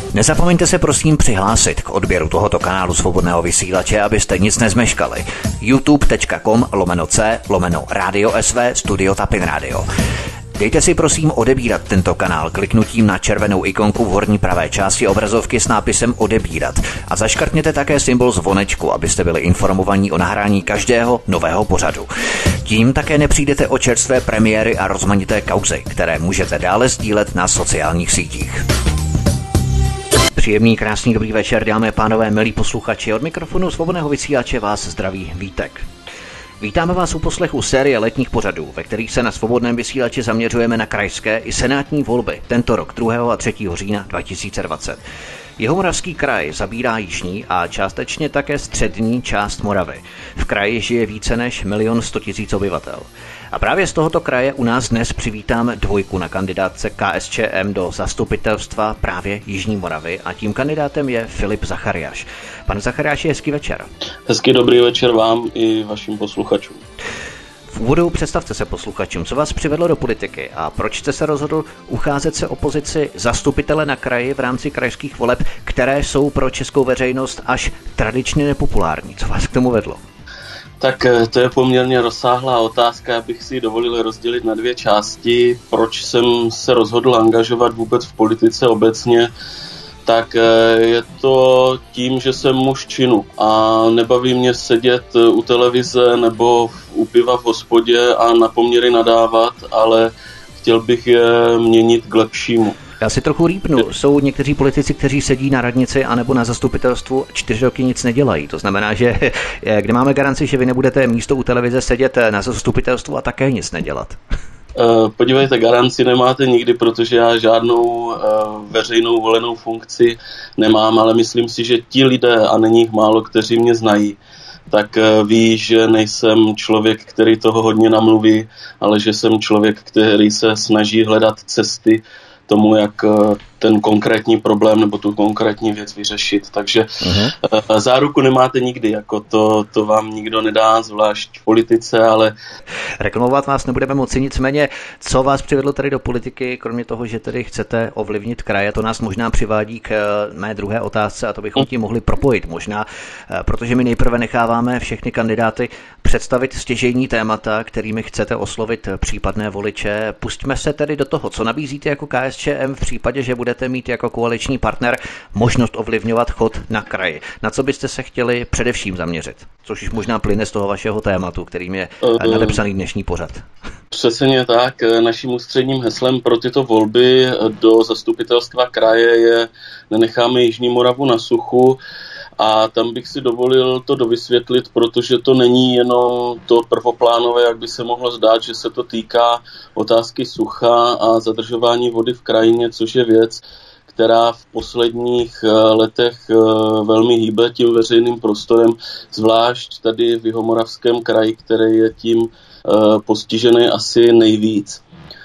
Nezapomeňte se prosím přihlásit k odběru tohoto kanálu Svobodného vysílače, abyste nic nezmeškali. youtube.com/c/Radio SV Studio Tapin Radio. Dejte si prosím odebírat tento kanál kliknutím na červenou ikonku v horní pravé části obrazovky s nápisem odebírat a zaškrtněte také symbol zvonečku, abyste byli informovaní o nahrání každého nového pořadu. Tím také nepřijdete o čerstvé premiéry a rozmanité kauzy, které můžete dále sdílet na sociálních sítích. Příjemný, krásný, dobrý večer, dámy a pánové, milí posluchači. Od mikrofonu Svobodného vysílače vás zdraví Vítek. Vítáme vás u poslechu série letních pořadů, ve kterých se na Svobodném vysílači zaměřujeme na krajské i senátní volby tento rok 2. a 3. října 2020. Jihomoravský kraj zabírá jižní a částečně také střední část Moravy. V kraji žije více než 1 100 000 obyvatel. A právě z tohoto kraje u nás dnes přivítáme dvojku na kandidátce KSČM do zastupitelstva právě Jižní Moravy a tím kandidátem je Filip Zachariáš. Pane Zachariáši, hezký večer. Hezký dobrý večer vám i vašim posluchačům. V úvodu představte se posluchačům, co vás přivedlo do politiky a proč jste se rozhodl ucházet se o pozici zastupitele na kraji v rámci krajských voleb, které jsou pro českou veřejnost až tradičně nepopulární. Co vás k tomu vedlo? Tak to je poměrně rozsáhlá otázka, abych si dovolil rozdělit na dvě části. Proč jsem se rozhodl angažovat vůbec v politice obecně? Tak je to tím, že jsem muž činu a nebaví mě sedět u televize nebo u piva v hospodě a na poměry nadávat, ale chtěl bych je měnit k lepšímu. Já si trochu rýpnu. Jsou někteří politici, kteří sedí na radnici anebo na zastupitelstvu 4 roky nic nedělají. To znamená, že kde máme garanci, že vy nebudete místo u televize sedět na zastupitelstvu a také nic nedělat? Podívejte, garanci nemáte nikdy, protože já žádnou veřejnou volenou funkci nemám, ale myslím si, že ti lidé, a není jich málo, kteří mě znají, tak ví, že nejsem člověk, který toho hodně namluví, ale že jsem člověk, který se snaží hledat cesty tomu, jak ten konkrétní problém nebo tu konkrétní věc vyřešit. Takže záruku nemáte nikdy, jako to vám nikdo nedá, zvlášť v politice, ale... Reklamovat vás nebudeme moci, nicméně, co vás přivedlo tady do politiky, kromě toho, že tedy chcete ovlivnit kraje, to nás možná přivádí k mé druhé otázce a to bychom tím mohli propojit možná, protože my nejprve necháváme všechny kandidáty představit stěžejní témata, kterými chcete oslovit případné voliče. Pustíme se tedy do toho, co nabízíte jako KSČM v případě, že budete mít jako koaliční partner možnost ovlivňovat chod na kraji. Na co byste se chtěli především zaměřit? Což už možná plyne z toho vašeho tématu, kterým je nadepsaný dnešní pořad. Přesně tak. Naším ústředním heslem pro tyto volby do zastupitelstva kraje je Nenecháme Jižní Moravu na suchu. A tam bych si dovolil to dovysvětlit, protože to není jenom to prvoplánové, jak by se mohlo zdát, že se to týká otázky sucha a zadržování vody v krajině, což je věc, která v posledních letech velmi hýbe tím veřejným prostorem, zvlášť tady v Jihomoravském kraji, který je tím postižený asi nejvíc.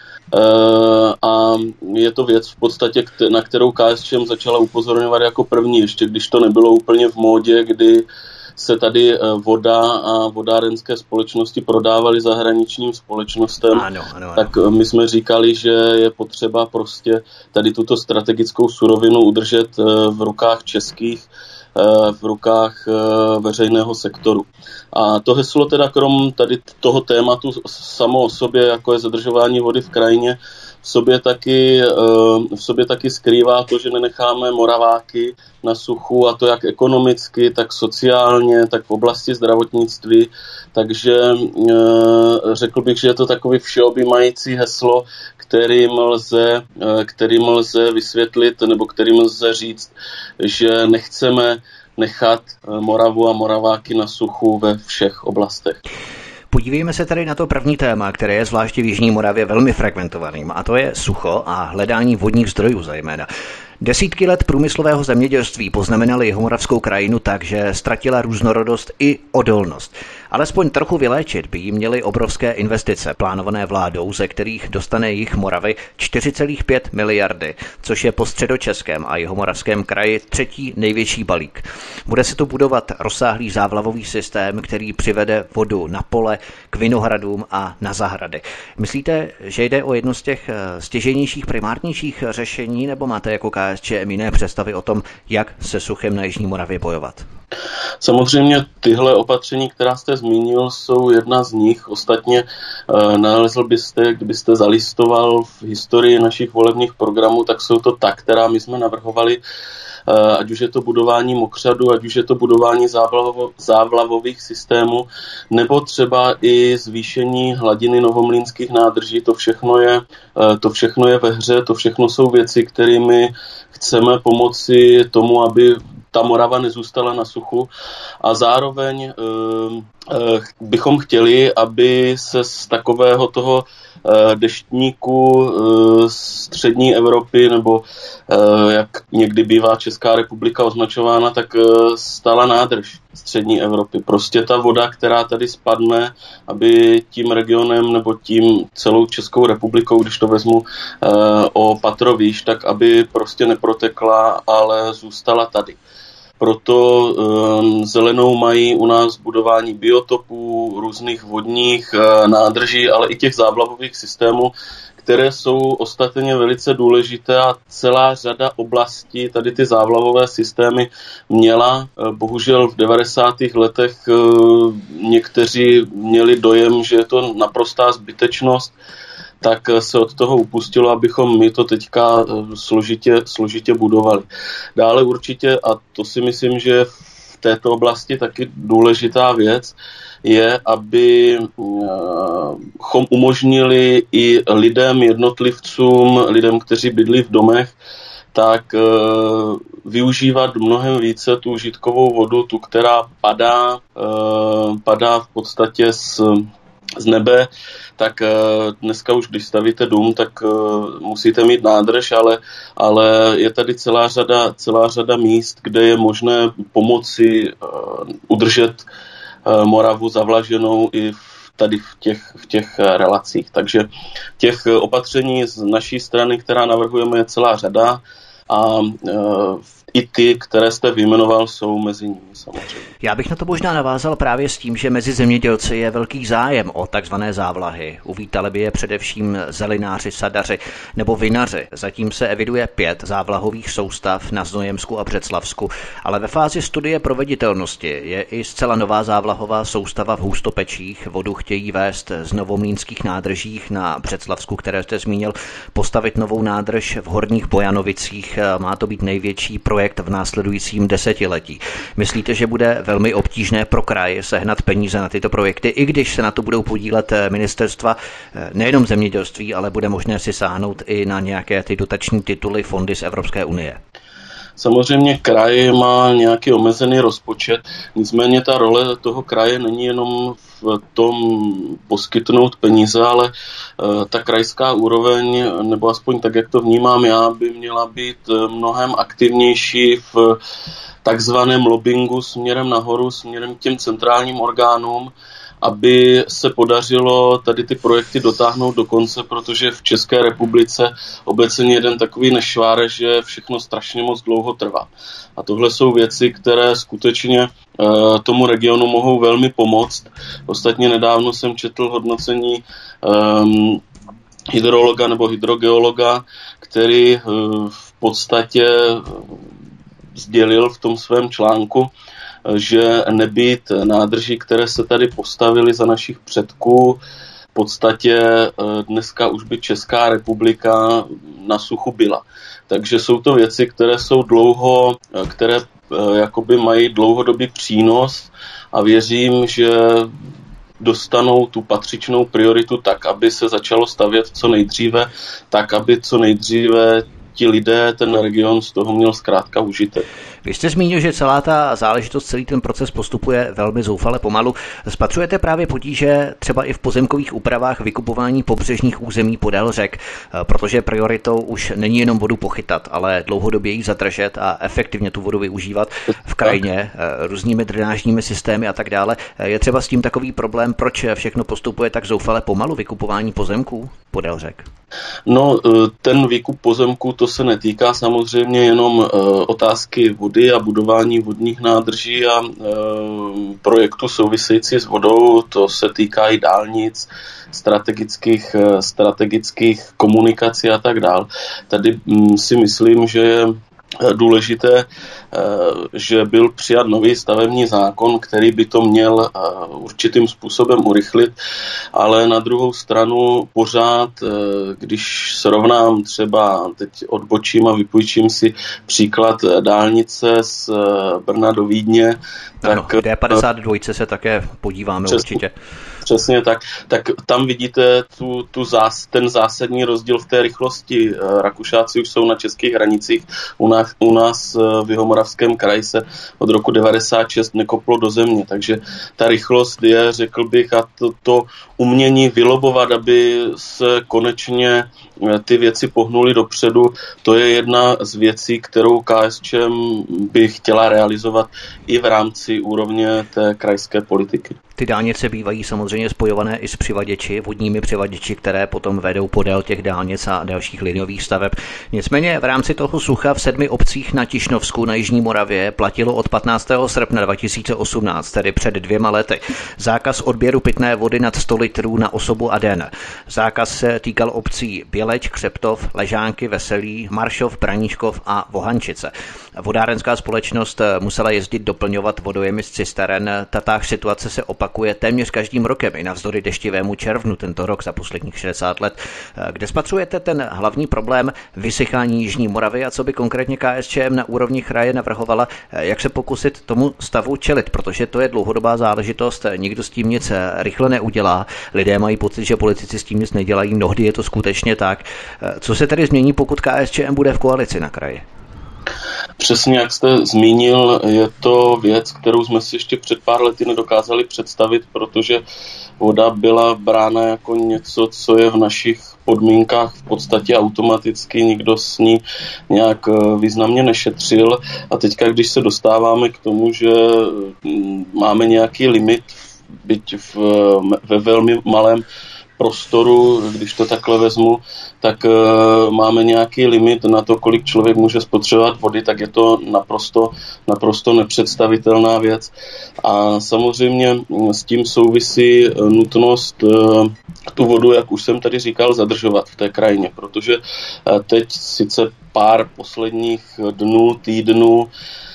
A je to věc v podstatě, na kterou KSČM začala upozorňovat jako první, ještě když to nebylo úplně v módě, kdy se tady voda a vodárenské společnosti prodávaly zahraničním společnostem. Ano. Tak my jsme říkali, že je potřeba prostě tady tuto strategickou surovinu udržet v rukách českých, v rukách veřejného sektoru. A to heslo teda krom tady toho tématu samo o sobě, jako je zadržování vody v krajině, v sobě taky skrývá to, že nenecháme Moraváky na suchu, a to jak ekonomicky, tak sociálně, tak v oblasti zdravotnictví. Takže řekl bych, že je to takový všeobjímající heslo, kterým lze vysvětlit nebo kterým lze říct, že nechceme nechat Moravu a Moraváky na suchu ve všech oblastech. Podívejme se tady na to první téma, které je zvláště v Jižní Moravě velmi fragmentovaným, a to je sucho a hledání vodních zdrojů zejména. Desítky let průmyslového zemědělství poznamenaly jihomoravskou krajinu tak, že ztratila různorodost i odolnost. Alespoň trochu vyléčit by jí měly obrovské investice plánované vládou, ze kterých dostane jih Moravy 4,5 miliardy, což je po Středočeském a Jihomoravském kraji třetí největší balík. Bude se tu budovat rozsáhlý závlavový systém, který přivede vodu na pole, k vinohradům a na zahrady. Myslíte, že jde o jedno z těch stěžejnějších, primárnějších řešení, nebo máte jako KSČM jiné představy o tom, jak se suchem na jižní Moravě bojovat? Samozřejmě tyhle opatření, která jste zmínil, jsou jedna z nich. Ostatně nalezl byste, kdybyste zalistoval v historii našich volebních programů, tak jsou to ta, která my jsme navrhovali, ať už je to budování mokřadu, ať už je to budování závlavových systémů, nebo třeba i zvýšení hladiny novomlýnských nádrží. To všechno je ve hře, to všechno jsou věci, kterými chceme pomoci tomu, aby ta Morava nezůstala na suchu, a zároveň bychom chtěli, aby se z takového toho deštníku střední Evropy, nebo jak někdy bývá Česká republika označována, tak stala nádrž střední Evropy. Prostě ta voda, která tady spadne, aby tím regionem nebo tím celou Českou republikou, když to vezmu o patro výš, tak aby prostě neprotekla, ale zůstala tady. Proto zelenou mají u nás budování biotopů, různých vodních nádrží, ale i těch závlavových systémů, které jsou ostatně velice důležité, a celá řada oblastí tady ty závlavové systémy měla. Bohužel v 90. letech někteří měli dojem, že je to naprostá zbytečnost, tak se od toho upustilo, abychom my to teďka složitě budovali. Dále určitě, a to si myslím, že je v této oblasti taky důležitá věc, je, abychom umožnili i lidem, jednotlivcům, lidem, kteří bydlí v domech, tak využívat mnohem více tu užitkovou vodu, tu, která padá v podstatě z nebe. Tak dneska už, když stavíte dům, tak musíte mít nádrž, ale je tady celá řada míst, kde je možné pomoci udržet Moravu zavlaženou i tady v těch relacích. Takže těch opatření z naší strany, která navrhujeme, je celá řada, a i ty, které jste vyjmenoval, jsou mezi nimi samozřejmě. Já bych na to možná navázal právě s tím, že mezi zemědělci je velký zájem o takzvané závlahy. Uvítali by je především zelináři, sadaři nebo vinaři. Zatím se eviduje 5 závlahových soustav na Znojemsku a Břeclavsku, ale ve fázi studie proveditelnosti je i zcela nová závlahová soustava v Hustopečích. Vodu chtějí vést z novomlýnských nádržích na Břeclavsku, které jste zmínil, postavit novou nádrž v Horních Bojanovicích. Má to být největší projekt v následujícím desetiletí. Myslíte, že bude velmi obtížné pro kraj sehnat peníze na tyto projekty, i když se na to budou podílet ministerstva nejenom zemědělství, ale bude možné si sáhnout i na nějaké ty dotační tituly, fondy z Evropské unie? Samozřejmě kraj má nějaký omezený rozpočet, nicméně ta role toho kraje není jenom v tom poskytnout peníze, ale ta krajská úroveň, nebo aspoň tak, jak to vnímám já, by měla být mnohem aktivnější v takzvaném lobbingu směrem nahoru, směrem k těm centrálním orgánům, aby se podařilo tady ty projekty dotáhnout do konce, protože v České republice obecně jeden takový nešvár, že všechno strašně moc dlouho trvá. A tohle jsou věci, které skutečně tomu regionu mohou velmi pomoct. Ostatně nedávno jsem četl hodnocení hydrologa nebo hydrogeologa, který v podstatě sdělil v tom svém článku, že nebýt nádrží, které se tady postavily za našich předků, v podstatě dneska už by Česká republika na suchu byla. Takže jsou to věci, které jakoby mají dlouhodobý přínos, a věřím, že dostanou tu patřičnou prioritu tak, aby se začalo stavět co nejdříve, tak, aby co nejdříve ti lidé, ten region z toho měl zkrátka užitek. Vy jste zmínil, že celá ta záležitost, celý ten proces postupuje velmi zoufale pomalu. Spatřujete právě potíže třeba i v pozemkových úpravách vykupování pobřežních území podél řek, protože prioritou už není jenom vodu pochytat, ale dlouhodobě ji zadržet a efektivně tu vodu využívat v krajině různými drenážními systémy a tak dále. Je třeba s tím takový problém, proč všechno postupuje tak zoufale pomalu vykupování pozemků podél řek? No, ten výkup pozemku, to se netýká samozřejmě jenom otázky vody a budování vodních nádrží a projektů související s vodou, to se týká i dálnic, strategických komunikací a tak dál. Tady si myslím, že je důležité, že byl přijat nový stavební zákon, který by to měl určitým způsobem urychlit, ale na druhou stranu pořád, když srovnám třeba, teď odbočím a vypůjčím si příklad dálnice z Brna do Vídně, tak D52 se také podíváme určitě. Přesně tak. Tak tam vidíte ten zásadní rozdíl v té rychlosti. Rakušáci už jsou na českých hranicích. U nás v Jihomoravském kraji se od roku 96 nekoplo do země. Takže ta rychlost je, řekl bych, a to umění vylobovat, aby se konečně ty věci pohnuly dopředu, to je jedna z věcí, kterou KSČM by chtěla realizovat i v rámci úrovně té krajské politiky. Ty dálnice bývají samozřejmě spojované i s přivaděči, vodními přivaděči, které potom vedou podél těch dálnic a dalších liniových staveb. Nicméně v rámci toho sucha v 7 obcích na Tišnovsku na Jižní Moravě platilo od 15. srpna 2018, tedy před 2 lety, zákaz odběru pitné vody nad 100 litrů na osobu a den. Zákaz se týkal obcí Běleč, Křeptov, Ležánky, Veselí, Maršov, Braníčkov a Vohančice. Vodárenská společnost musela jezdit doplňovat vodojemy z cisteren. Tatáž situace se opakuje téměř každým rokem i navzdory deštivému červnu tento rok za posledních 60 let. Kde spatřujete ten hlavní problém vysychání Jižní Moravy a co by konkrétně KSČM na úrovni kraje navrhovala, jak se pokusit tomu stavu čelit, protože to je dlouhodobá záležitost, nikdo s tím nic rychle neudělá. Lidé mají pocit, že politici s tím nic nedělají, mnohdy je to skutečně tak. Co se tedy změní, pokud KSČM bude v koalici na kraji? Přesně jak jste zmínil, je to věc, kterou jsme si ještě před pár lety nedokázali představit, protože voda byla brána jako něco, co je v našich podmínkách v podstatě automaticky, nikdo s ní nějak významně nešetřil. A teďka, když se dostáváme k tomu, že máme nějaký limit, byť ve velmi malém prostoru, když to takhle vezmu, tak máme nějaký limit na to, kolik člověk může spotřebovat vody, tak je to naprosto nepředstavitelná věc. A samozřejmě s tím souvisí nutnost tu vodu, jak už jsem tady říkal, zadržovat v té krajině, protože teď sice pár posledních dnů, týdnů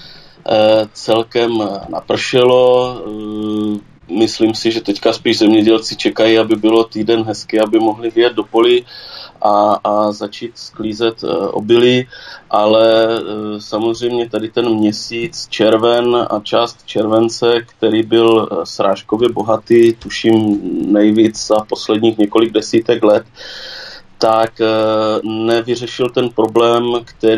celkem napršelo. Myslím si, že teďka spíš zemědělci čekají, aby bylo týden hezky, aby mohli vyjet do polí a začít sklízet obilí, ale samozřejmě tady ten měsíc červen a část července, který byl srážkově bohatý, tuším nejvíc za posledních několik desítek let, tak nevyřešil ten problém,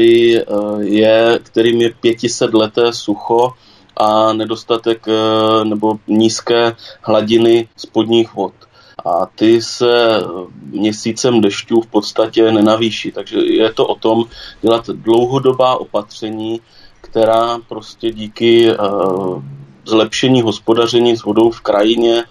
kterým je 500leté sucho a nedostatek nebo nízké hladiny spodních vod. A ty se měsícem dešťů v podstatě nenavýší. Takže je to o tom dělat dlouhodobá opatření, která prostě díky zlepšení hospodaření s vodou v krajině,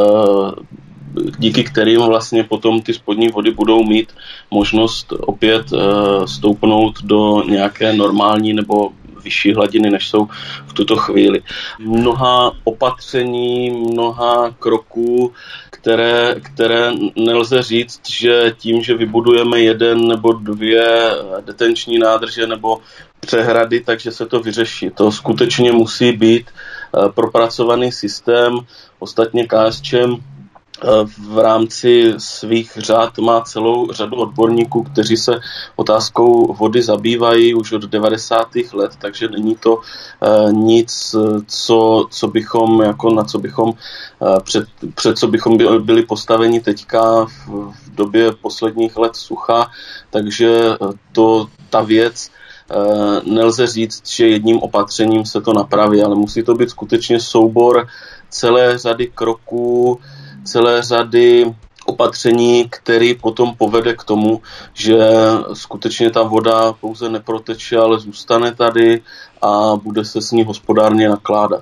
díky kterým vlastně potom ty spodní vody budou mít možnost opět stoupnout do nějaké normální nebo vyšší hladiny, než jsou v tuto chvíli. Mnoha opatření, mnoha kroků, které nelze říct, že tím, že vybudujeme 1 nebo 2 detenční nádrže nebo přehrady, takže se to vyřeší. To skutečně musí být propracovaný systém. Ostatně KSČM v rámci svých řád má celou řadu odborníků, kteří se otázkou vody zabývají už od 90. let, takže není to nic, co bychom, jako na co bychom před co bychom byli postaveni teďka v době posledních let sucha, takže ta věc nelze říct, že jedním opatřením se to napraví, ale musí to být skutečně soubor celé řady kroků, celé řady opatření, který potom povede k tomu, že skutečně ta voda pouze neproteče, ale zůstane tady a bude se s ní hospodárně nakládat.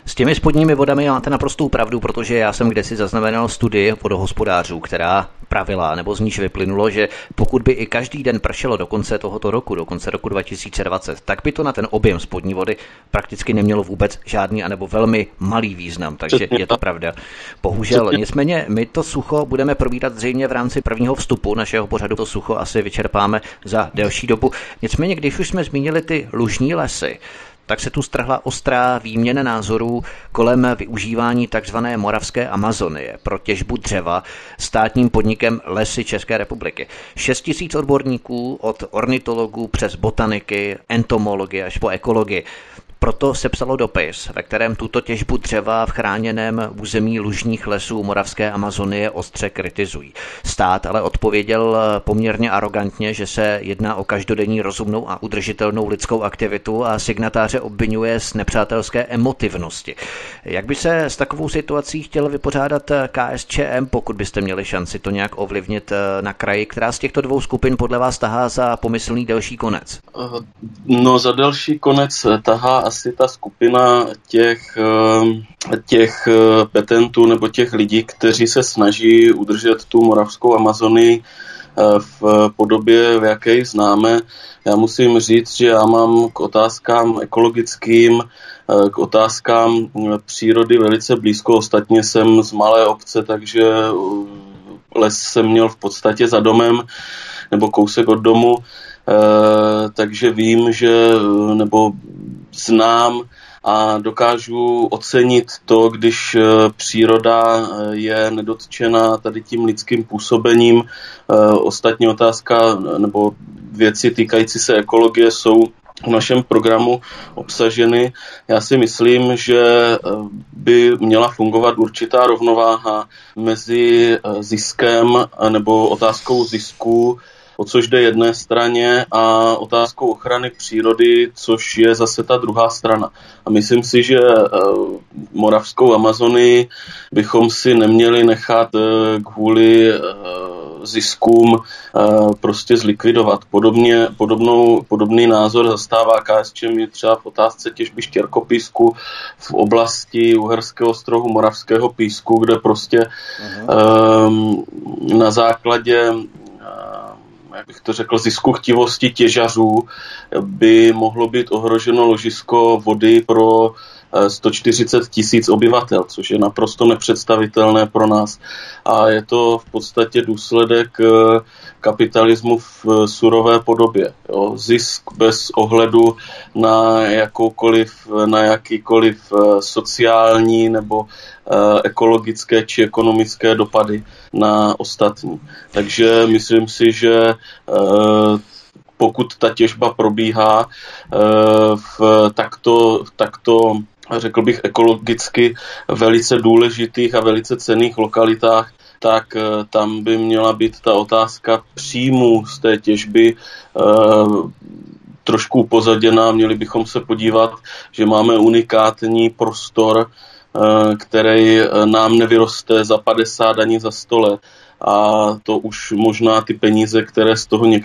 S těmi spodními vodami máte naprostou pravdu, protože já jsem kdesi zaznamenal studii vodohospodářů, která pravila, nebo z níž vyplynulo, že pokud by i každý den pršelo do konce tohoto roku, do konce roku 2020, tak by to na ten objem spodní vody prakticky nemělo vůbec žádný anebo velmi malý význam, takže je to pravda. Bohužel, nicméně my to sucho budeme probírat zřejmě v rámci prvního vstupu našeho pořadu, to sucho asi vyčerpáme za delší dobu. Nicméně, když už jsme zmínili ty lužní lesy, tak se tu strhla ostrá výměna názorů kolem využívání tzv. Moravské Amazonie pro těžbu dřeva státním podnikem Lesy České republiky. 6 000 odborníků od ornitologů přes botaniky, entomology až po ekologii. Proto sepsalo dopis, ve kterém tuto těžbu dřeva v chráněném území lužních lesů Moravské Amazonie ostře kritizují. Stát ale odpověděl poměrně arogantně, že se jedná o každodenní rozumnou a udržitelnou lidskou aktivitu a signatáře obvinuje z nepřátelské emotivnosti. Jak by se s takovou situací chtěl vypořádat KSČM, pokud byste měli šanci to nějak ovlivnit na kraji, která z těchto dvou skupin podle vás tahá za pomyslný delší konec? No, za delší konec tahá asi ta skupina těch petentů nebo těch lidí, kteří se snaží udržet tu Moravskou Amazonii v podobě, v jaké ji známe. Já musím říct, že já mám k otázkám ekologickým, k otázkám přírody velice blízko. Ostatně jsem z malé obce, takže les jsem měl v podstatě za domem nebo kousek od domu. Takže vím, nebo znám a dokážu ocenit to, když příroda je nedotčena tady tím lidským působením. Ostatní otázka nebo věci týkající se ekologie jsou v našem programu obsaženy. Já si myslím, že by měla fungovat určitá rovnováha mezi ziskem nebo otázkou zisku, o což jde jedné straně, a otázkou ochrany přírody, což je zase ta druhá strana. A myslím si, že Moravskou Amazonii bychom si neměli nechat kvůli ziskům prostě zlikvidovat. Podobný názor zastává KSČM třeba v otázce těžby štěrkopísku v oblasti Uherského Ostrohu, Moravského Písku, kde prostě na základě jak bych to řekl, zisku chtivosti těžařů by mohlo být ohroženo ložisko vody pro 140 000 obyvatel, což je naprosto nepředstavitelné pro nás. A je to v podstatě důsledek kapitalismu v surové podobě. Jo. Zisk bez ohledu na jakýkoliv sociální nebo ekologické či ekonomické dopady na ostatní. Takže myslím si, že pokud ta těžba probíhá v takto řekl bych ekologicky velice důležitých a velice cenných lokalitách, tak tam by měla být ta otázka příjmů z té těžby trošku upozaděná. Měli bychom se podívat, že máme unikátní prostor, který nám nevyroste za 50 ani za 100 let. A to už možná ty peníze, které z toho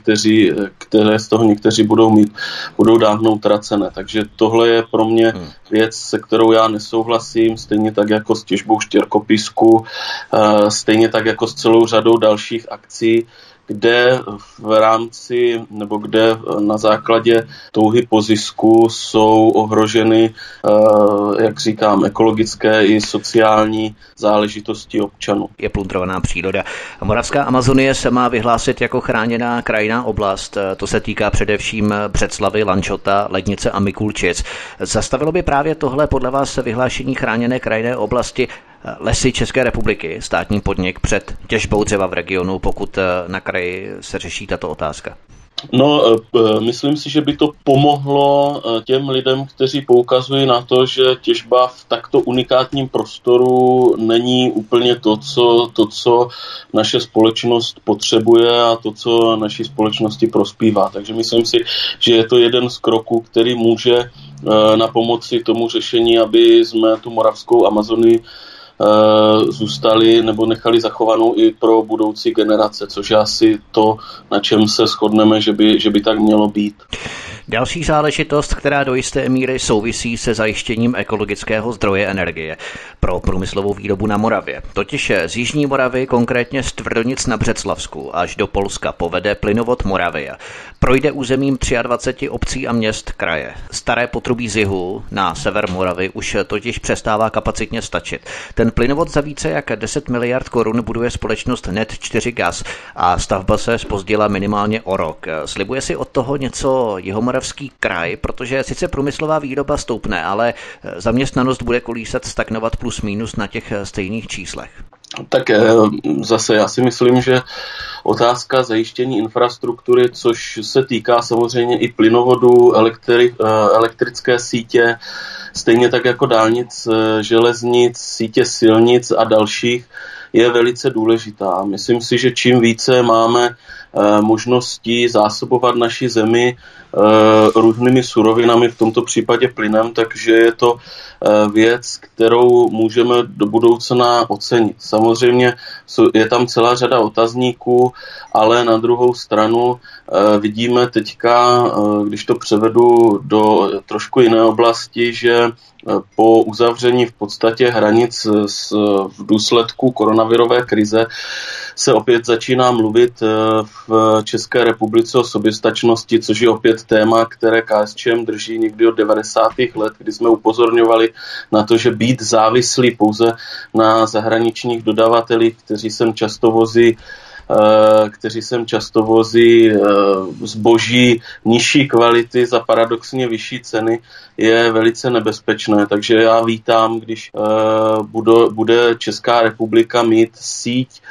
někteří budou mít, budou dávno utracené. Takže tohle je pro mě věc, se kterou já nesouhlasím, stejně tak jako s těžbou štěrkopísku, stejně tak jako s celou řadou dalších akcí, kde v rámci nebo kde na základě touhy po zisku jsou ohroženy, jak říkám, ekologické i sociální záležitosti občanů. Je plundrovaná příroda. Moravská Amazonie se má vyhlásit jako chráněná krajinná oblast. To se týká především Břeclavi, Lanžhota, Lednice a Mikulčic. Zastavilo by právě tohle podle vás vyhlášení chráněné krajinné oblasti Lesy České republiky, státní podnik, před těžbou dřeva v regionu, pokud na kraji se řeší tato otázka? No, myslím si, že by to pomohlo těm lidem, kteří poukazují na to, že těžba v takto unikátním prostoru není úplně to, co naše společnost potřebuje a to, co naší společnosti prospívá. Takže myslím si, že je to jeden z kroků, který může na pomoci tomu řešení, aby jsme tu Moravskou Amazonii zůstali nebo nechali zachovanou i pro budoucí generace, což je asi to, na čem se shodneme, že by tak mělo být. Další záležitost, která do jisté míry souvisí se zajištěním ekologického zdroje energie pro průmyslovou výrobu na Moravě. Totiž z jižní Moravy, konkrétně z Tvrdonic na Břeclavsku až do Polska povede plynovod Moravia. Projde územím 23 obcí a měst kraje. Staré potrubí z jihu na sever Moravy už totiž přestává kapacitně stačit. Ten plynovod za více jak 10 miliard korun buduje společnost Net4 Gas a stavba se zpozdila minimálně o rok. Slibuje si od toho něco Jihomoravský kraj, protože sice průmyslová výroba stoupne, ale zaměstnanost bude kolísat, stagnovat plus minus na těch stejných číslech. Tak zase já si myslím, že otázka zajištění infrastruktury, což se týká samozřejmě i plynovodu, elektrické sítě, stejně tak jako dálnic, železnic, sítě silnic a dalších, je velice důležitá. Myslím si, že čím více máme možností zásobovat naši zemi různými surovinami, v tomto případě plynem, takže je to věc, kterou můžeme do budoucna ocenit. Samozřejmě je tam celá řada otazníků, ale na druhou stranu vidíme teďka, když to převedu do trošku jiné oblasti, že po uzavření v podstatě hranic v důsledku koronavirové krize se opět začíná mluvit v České republice o soběstačnosti, což je opět téma, které KSČM drží někdy od 90. let, kdy jsme upozorňovali na to, že být závislí pouze na zahraničních dodavatelích, kteří sem často vozí zboží nižší kvality za paradoxně vyšší ceny, je velice nebezpečné. Takže já vítám, když bude Česká republika mít síť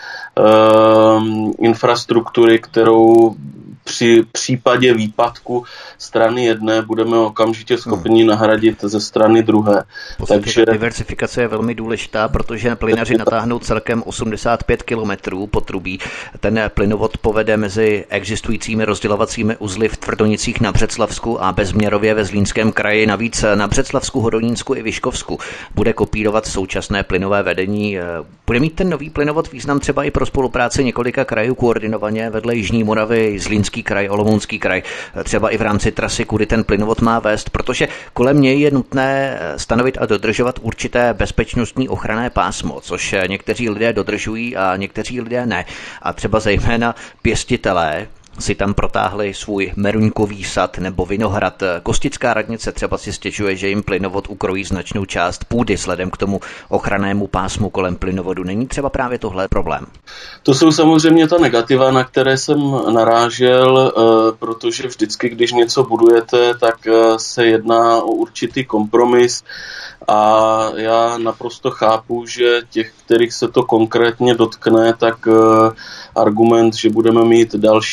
infrastruktury, kterou při případě výpadku strany jedné budeme okamžitě schopni nahradit ze strany druhé. Takže diversifikace je velmi důležitá, protože plynaři natáhnou celkem 85 kilometrů potrubí. Ten plynovod povede mezi existujícími rozdělovacími uzly v Tvrdonicích na Břeclavsku a Bezměrově ve Zlínském kraji. Navíc na Břeclavsku, Hodonínsku i Vyškovsku bude kopírovat současné plynové vedení. Bude mít ten nový plynovod význam třeba i pro spolupráci několika krajů koordinovaně vedle Jižní Moravy, Zlínský kraj, Olomoucký kraj, třeba i v rámci trasy, kudy ten plynovod má vést, protože kolem něj je nutné stanovit a dodržovat určité bezpečnostní ochranné pásmo, což někteří lidé dodržují a někteří lidé ne. A třeba zejména pěstitelé si tam protáhli svůj meruňkový sad nebo vinohrad. Kostická radnice třeba si stěžuje, že jim plynovod ukrojí značnou část půdy vzhledem k tomu ochrannému pásmu kolem plynovodu. Není třeba právě tohle problém? To jsou samozřejmě ta negativa, na které jsem narážel, protože vždycky, když něco budujete, tak se jedná o určitý kompromis a já naprosto chápu, že těch, kterých se to konkrétně dotkne, tak argument, že budeme mít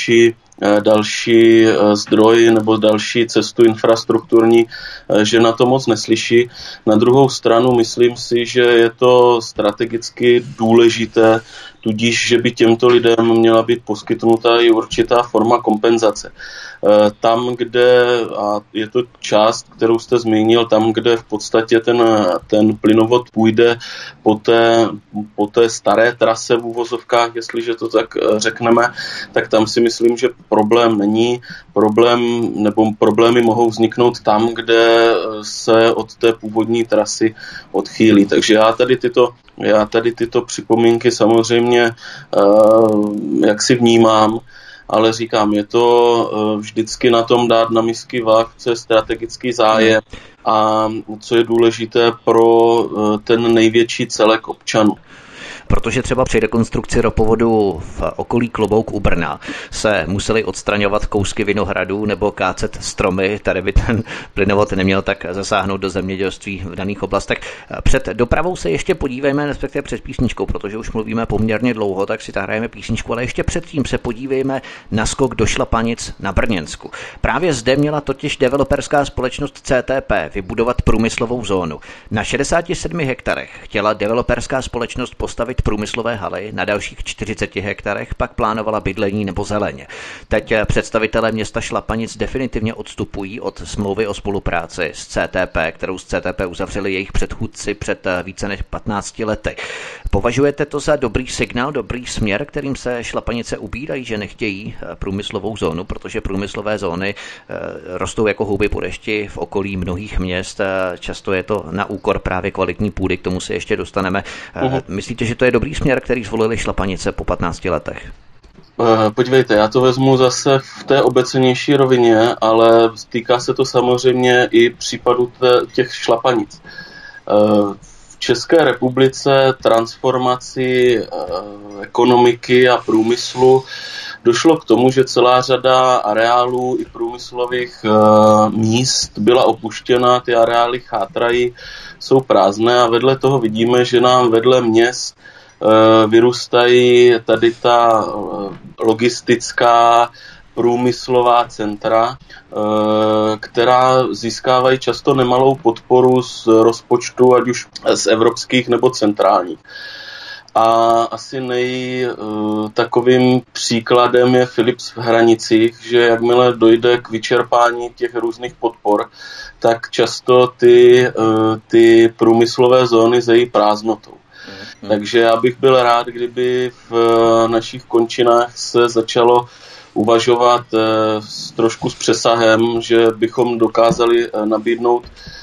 další zdroj nebo další cestu infrastrukturní, že na to moc neslyší. Na druhou stranu myslím si, že je to strategicky důležité, tudíž, že by těmto lidem měla být poskytnuta i určitá forma kompenzace. Tam, kde, a je to část, kterou jste zmínil, tam, kde v podstatě ten plynovod půjde po té staré trase v uvozovkách, jestliže to tak řekneme, tak tam si myslím, že problém není. Problémy mohou vzniknout tam, kde se od té původní trasy odchýlí. Takže já tady tyto připomínky samozřejmě jak si vnímám, ale říkám, je to vždycky na tom dát na misky vah, co je strategický zájem a co je důležité pro ten největší celek občanů. Protože třeba při rekonstrukci ropovodu v okolí Klobouk u Brna se museli odstraňovat kousky vinohradů nebo kácet stromy, tady by ten plynovod neměl tak zasáhnout do zemědělství v daných oblastech. Před dopravou se ještě podívejme, respektive před písničkou, protože už mluvíme poměrně dlouho, tak si zahrajeme písničku, ale ještě předtím se podívejme na skok do Šlapanic na Brněnsku. Právě zde měla totiž developerská společnost CTP vybudovat průmyslovou zónu. Na 67 hektarech chtěla developerská společnost postavit průmyslové haly, na dalších 40 hektarech pak plánovala bydlení nebo zeleň. Teď představitelé města Šlapanic definitivně odstupují od smlouvy o spolupráci s CTP, kterou s CTP uzavřeli jejich předchůdci před více než 15 lety. Považujete to za dobrý signál, dobrý směr, kterým se Šlapanice ubírají, že nechtějí průmyslovou zónu, protože průmyslové zóny rostou jako houby po dešti v okolí mnohých měst. Často je to na úkor právě kvalitní půdy, k tomu se ještě dostaneme. Myslíte, že to je dobrý směr, který zvolili Šlapanice po 15 letech? Podívejte, já to vezmu zase v té obecnější rovině, ale týká se to samozřejmě i případu těch Šlapanic. V České republice transformaci ekonomiky a průmyslu došlo k tomu, že celá řada areálů i průmyslových míst byla opuštěna, ty areály chátrají, jsou prázdné a vedle toho vidíme, že nám vedle měst vyrůstají tady ta logistická průmyslová centra, která získávají často nemalou podporu z rozpočtu, ať už z evropských nebo centrálních. A asi takovým příkladem je Philips v Hranicích, že jakmile dojde k vyčerpání těch různých podpor, tak často ty průmyslové zóny zejí prázdnotou. Takže já bych byl rád, kdyby v našich končinách se začalo uvažovat trošku s přesahem, že bychom dokázali nabídnout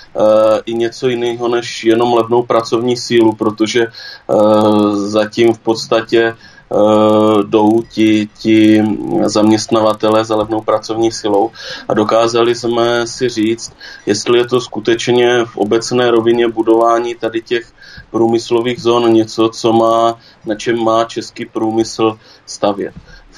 i něco jiného než jenom levnou pracovní sílu, protože zatím v podstatě jdou ti zaměstnavatele za levnou pracovní silou a dokázali jsme si říct, jestli je to skutečně v obecné rovině budování tady těch průmyslových zón něco, na čem má český průmysl stavět.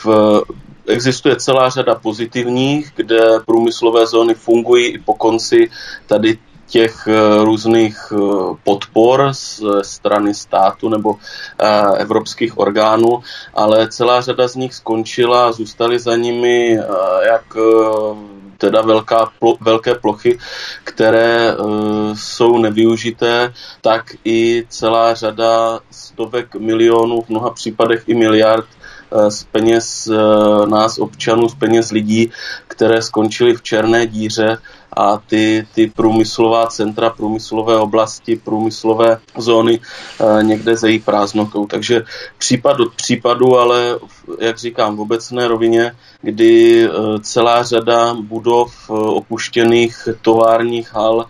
Existuje celá řada pozitivních, kde průmyslové zóny fungují i po konci tady těch různých podpor z strany státu nebo evropských orgánů, ale celá řada z nich skončila a zůstaly za nimi jak teda velké plochy, které jsou nevyužité, tak i celá řada stovek milionů, v mnoha případech i miliard z peněz nás občanů, z peněz lidí, které skončily v černé díře a ty průmyslová centra, průmyslové oblasti, průmyslové zóny někde zejí prázdnotou. Takže případ od případu, ale jak říkám, v obecné rovině, kdy celá řada budov opuštěných továrních hal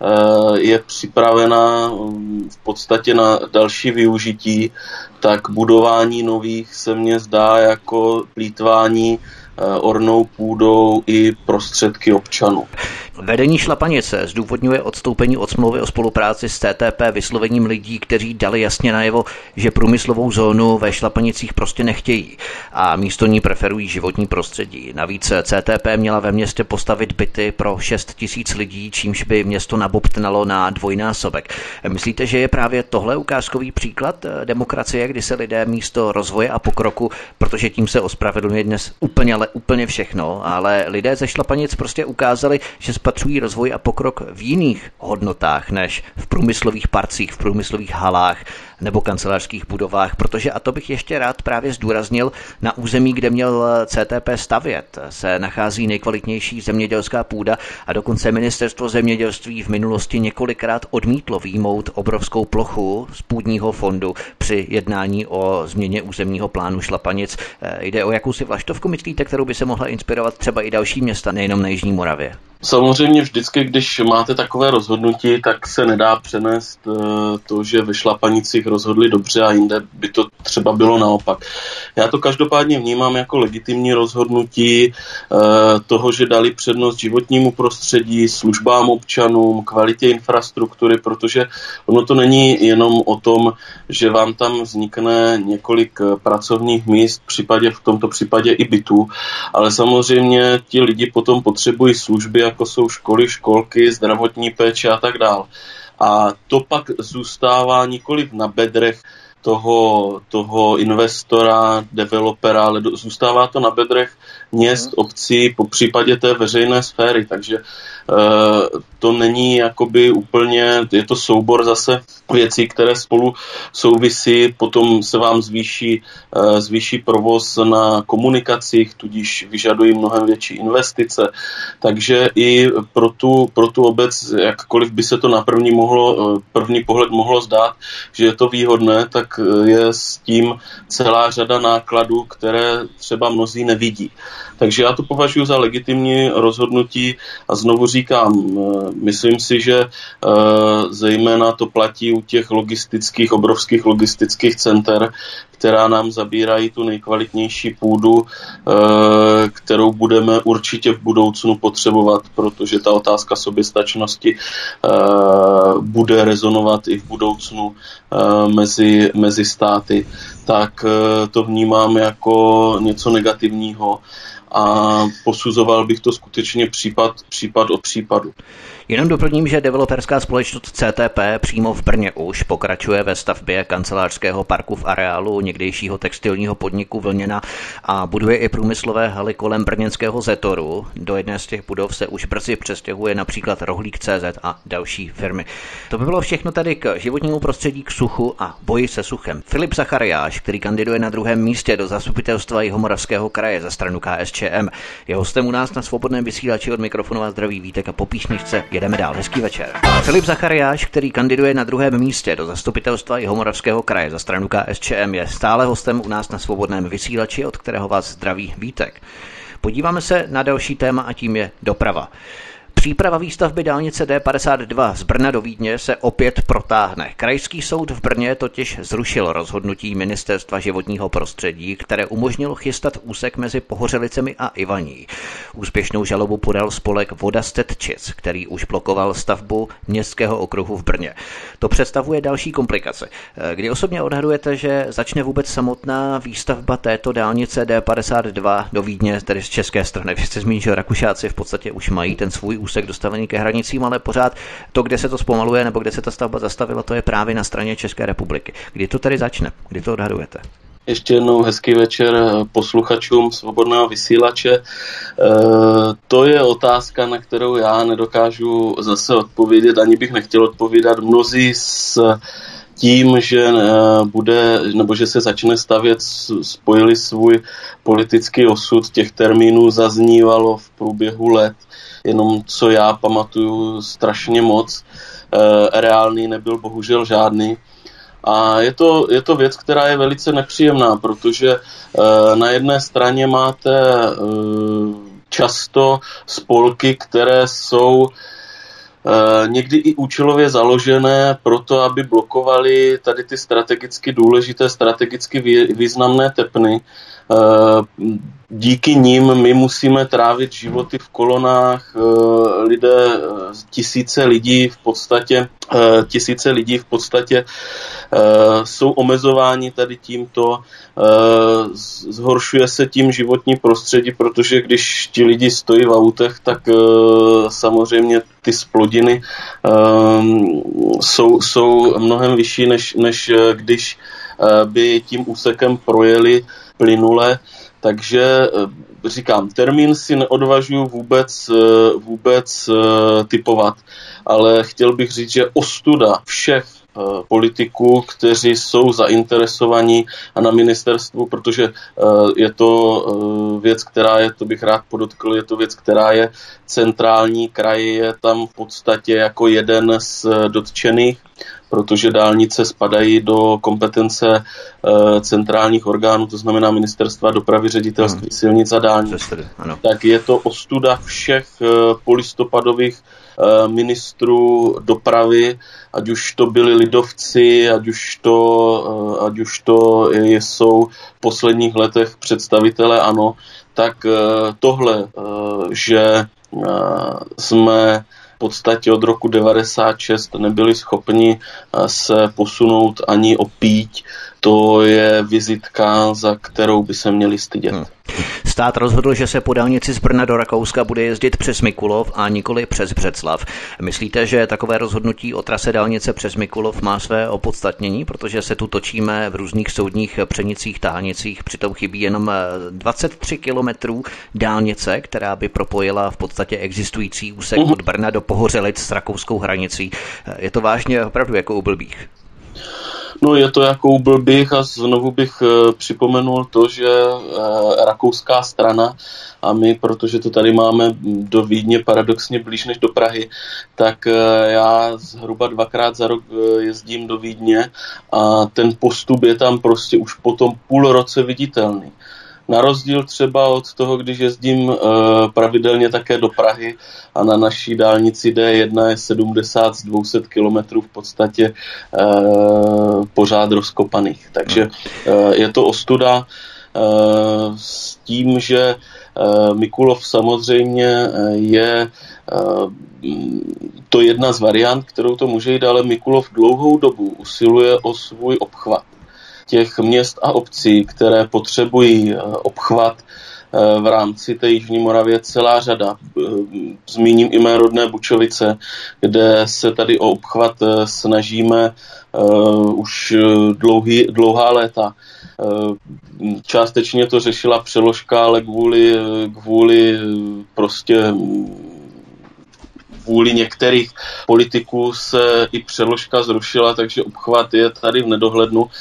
je připravena v podstatě na další využití, tak budování nových se mně zdá jako plýtvání ornou půdou i prostředky občanů. Vedení Šlapanice zdůvodňuje odstoupení od smlouvy o spolupráci s CTP vyslovením lidí, kteří dali jasně najevo, že průmyslovou zónu ve Šlapanicích prostě nechtějí a místo ní preferují životní prostředí. Navíc CTP měla ve městě postavit byty pro 6 000 lidí, čímž by město nabobtnalo na dvojnásobek. Myslíte, že je právě tohle ukázkový příklad demokracie, kdy se lidé místo rozvoje a pokroku, protože tím se ospravedlňuje dnes úplně všechno, ale lidé ze Šlapanic prostě ukázali, že spatřují rozvoj a pokrok v jiných hodnotách než v průmyslových parcích, v průmyslových halách nebo kancelářských budovách, protože, a to bych ještě rád právě zdůraznil, na území, kde měl CTP stavět, se nachází nejkvalitnější zemědělská půda a dokonce ministerstvo zemědělství v minulosti několikrát odmítlo vyjmout obrovskou plochu z půdního fondu při jednání o změně územního plánu Šlapanic. Jde o jakousi vlaštovku, myslíte, kterou by se mohla inspirovat třeba i další města, nejenom na Jižní Moravě? Samozřejmě vždycky, když máte takové rozhodnutí, tak se nedá přenést to, že ve Šlapanicích rozhodli dobře a jinde by to třeba bylo naopak. Já to každopádně vnímám jako legitimní rozhodnutí toho, že dali přednost životnímu prostředí, službám občanům, kvalitě infrastruktury, protože ono to není jenom o tom, že vám tam vznikne několik pracovních míst, v tomto případě i bytů, ale samozřejmě ti lidi potom potřebují služby, jako jsou školy, školky, zdravotní péče a tak dál. A to pak zůstává nikoliv na bedrech toho investora, developera, ale zůstává to na bedrech měst, obcí, po případě té veřejné sféry. Takže to není jakoby úplně, je to soubor zase věcí, které spolu souvisí, potom se vám zvýší provoz na komunikacích, tudíž vyžadují mnohem větší investice, takže i pro tu obec, jakkoliv by se to na první pohled mohlo zdát, že je to výhodné, tak je s tím celá řada nákladů, které třeba mnozí nevidí. Takže já to považuji za legitimní rozhodnutí a znovu říkám, myslím si, že zejména to platí u těch obrovských logistických center, která nám zabírají tu nejkvalitnější půdu, kterou budeme určitě v budoucnu potřebovat, protože ta otázka soběstačnosti bude rezonovat i v budoucnu mezi státy, tak to vnímám jako něco negativního a posuzoval bych to skutečně případ od případu. Jenom doplním, že developerská společnost CTP přímo v Brně už pokračuje ve stavbě kancelářského parku v areálu někdejšího textilního podniku Vlněna a buduje i průmyslové haly kolem brněnského Zetoru. Do jedné z těch budov se už brzy přestěhuje například Rohlík.cz a další firmy. To by bylo všechno tady k životnímu prostředí, k suchu a boji se suchem. Filip Zachariáš, který kandiduje na 2. místě do zastupitelstva Jihomoravského kraje za stranu KSČM, je hostem u nás na Svobodném vysílači. Od mikrofonu vás zdraví Vítek a po písničce jedeme dál. Hezký večer. Filip Zachariáš, který kandiduje na 2. místě do zastupitelstva Jihomoravského kraje za stranu KSČM, je stále hostem u nás na Svobodném vysílači, od kterého vás zdraví Vítek. Podíváme se na další téma a tím je doprava. Příprava výstavby dálnice D52 z Brna do Vídně se opět protáhne. Krajský soud v Brně totiž zrušil rozhodnutí Ministerstva životního prostředí, které umožnilo chystat úsek mezi Pohořelicemi a Ivaní. Úspěšnou žalobu podal spolek Voda Stetčic, který už blokoval stavbu městského okruhu v Brně. To představuje další komplikace. Kdy osobně odhadujete, že začne vůbec samotná výstavba této dálnice D52 do Vídně, tedy z české strany? Vy jste zmínil, že Rakušáci v podstatě už mají ten svůj úsek dostavený ke hranicím, ale pořád to, kde se to zpomaluje nebo kde se ta stavba zastavila, to je právě na straně České republiky. Kdy to tedy začne? Kdy to odhadujete? Ještě jednou hezký večer posluchačům Svobodného vysílače. To je otázka, na kterou já nedokážu zase odpovědět, ani bych nechtěl odpovídat. Mnozí s tím, že že se začne stavět, spojili svůj politický osud, těch termínů zaznívalo v průběhu let, jenom co já pamatuju strašně moc, reálný nebyl bohužel žádný. A je to věc, která je velice nepříjemná, protože na jedné straně máte často spolky, které jsou někdy i účelově založené proto, aby blokovali tady ty strategicky důležité, strategicky významné tepny. Díky nim my musíme trávit životy v kolonách, tisíce lidí v podstatě jsou omezováni tady tímto, zhoršuje se tím životní prostředí, protože když ti lidi stojí v autech, tak samozřejmě ty zplodiny jsou mnohem vyšší, než když by tím úsekem projeli plynule. Takže říkám, termín si neodvažuji vůbec typovat, ale chtěl bych říct, že ostuda všech politiků, kteří jsou zainteresovaní a na ministerstvu, protože je to věc, která je, to bych rád podotkl, je to věc, která je centrální, kraj je tam v podstatě jako jeden z dotčených, protože dálnice spadají do kompetence centrálních orgánů, to znamená Ministerstva dopravy, Ředitelství silnic a dálnic. Tak je to ostuda všech polistopadových ministrů dopravy, ať už to byli lidovci, ať už to jsou v posledních letech představitelé ANO, tak tohle, že jsme v podstatě od roku 96 nebyli schopni se posunout ani o píď, to je vizitka, za kterou by se měli stydět. Stát rozhodl, že se po dálnici z Brna do Rakouska bude jezdit přes Mikulov a nikoli přes Břeclav. Myslíte, že takové rozhodnutí o trase dálnice přes Mikulov má své opodstatnění, protože se tu točíme v různých soudních přenicích, táhnicích, přitom chybí jenom 23 kilometrů dálnice, která by propojila v podstatě existující úsek od Brna do Pohořelic s rakouskou hranicí. Je to vážně opravdu jako u blbých? No je to jako u blbých a znovu bych připomenul to, že rakouská strana a my, protože to tady máme do Vídně paradoxně blíž než do Prahy, tak já zhruba 2krát za rok jezdím do Vídně a ten postup je tam prostě už po tom půl roce viditelný. Na rozdíl třeba od toho, když jezdím pravidelně také do Prahy a na naší dálnici D1 je 70 z 200 kilometrů v podstatě pořád rozkopaných. Takže je to ostuda s tím, že Mikulov samozřejmě je to jedna z variant, kterou to může jít, ale Mikulov dlouhou dobu usiluje o svůj obchvat. Těch měst a obcí, které potřebují obchvat v rámci té Jižní Moravy, celá řada. Zmíním i mé rodné Bučovice, kde se tady o obchvat snažíme už dlouhá léta. Částečně to řešila přeložka, ale kvůli vůli některých politiků se i přeložka zrušila, takže obchvat je tady v nedohlednu.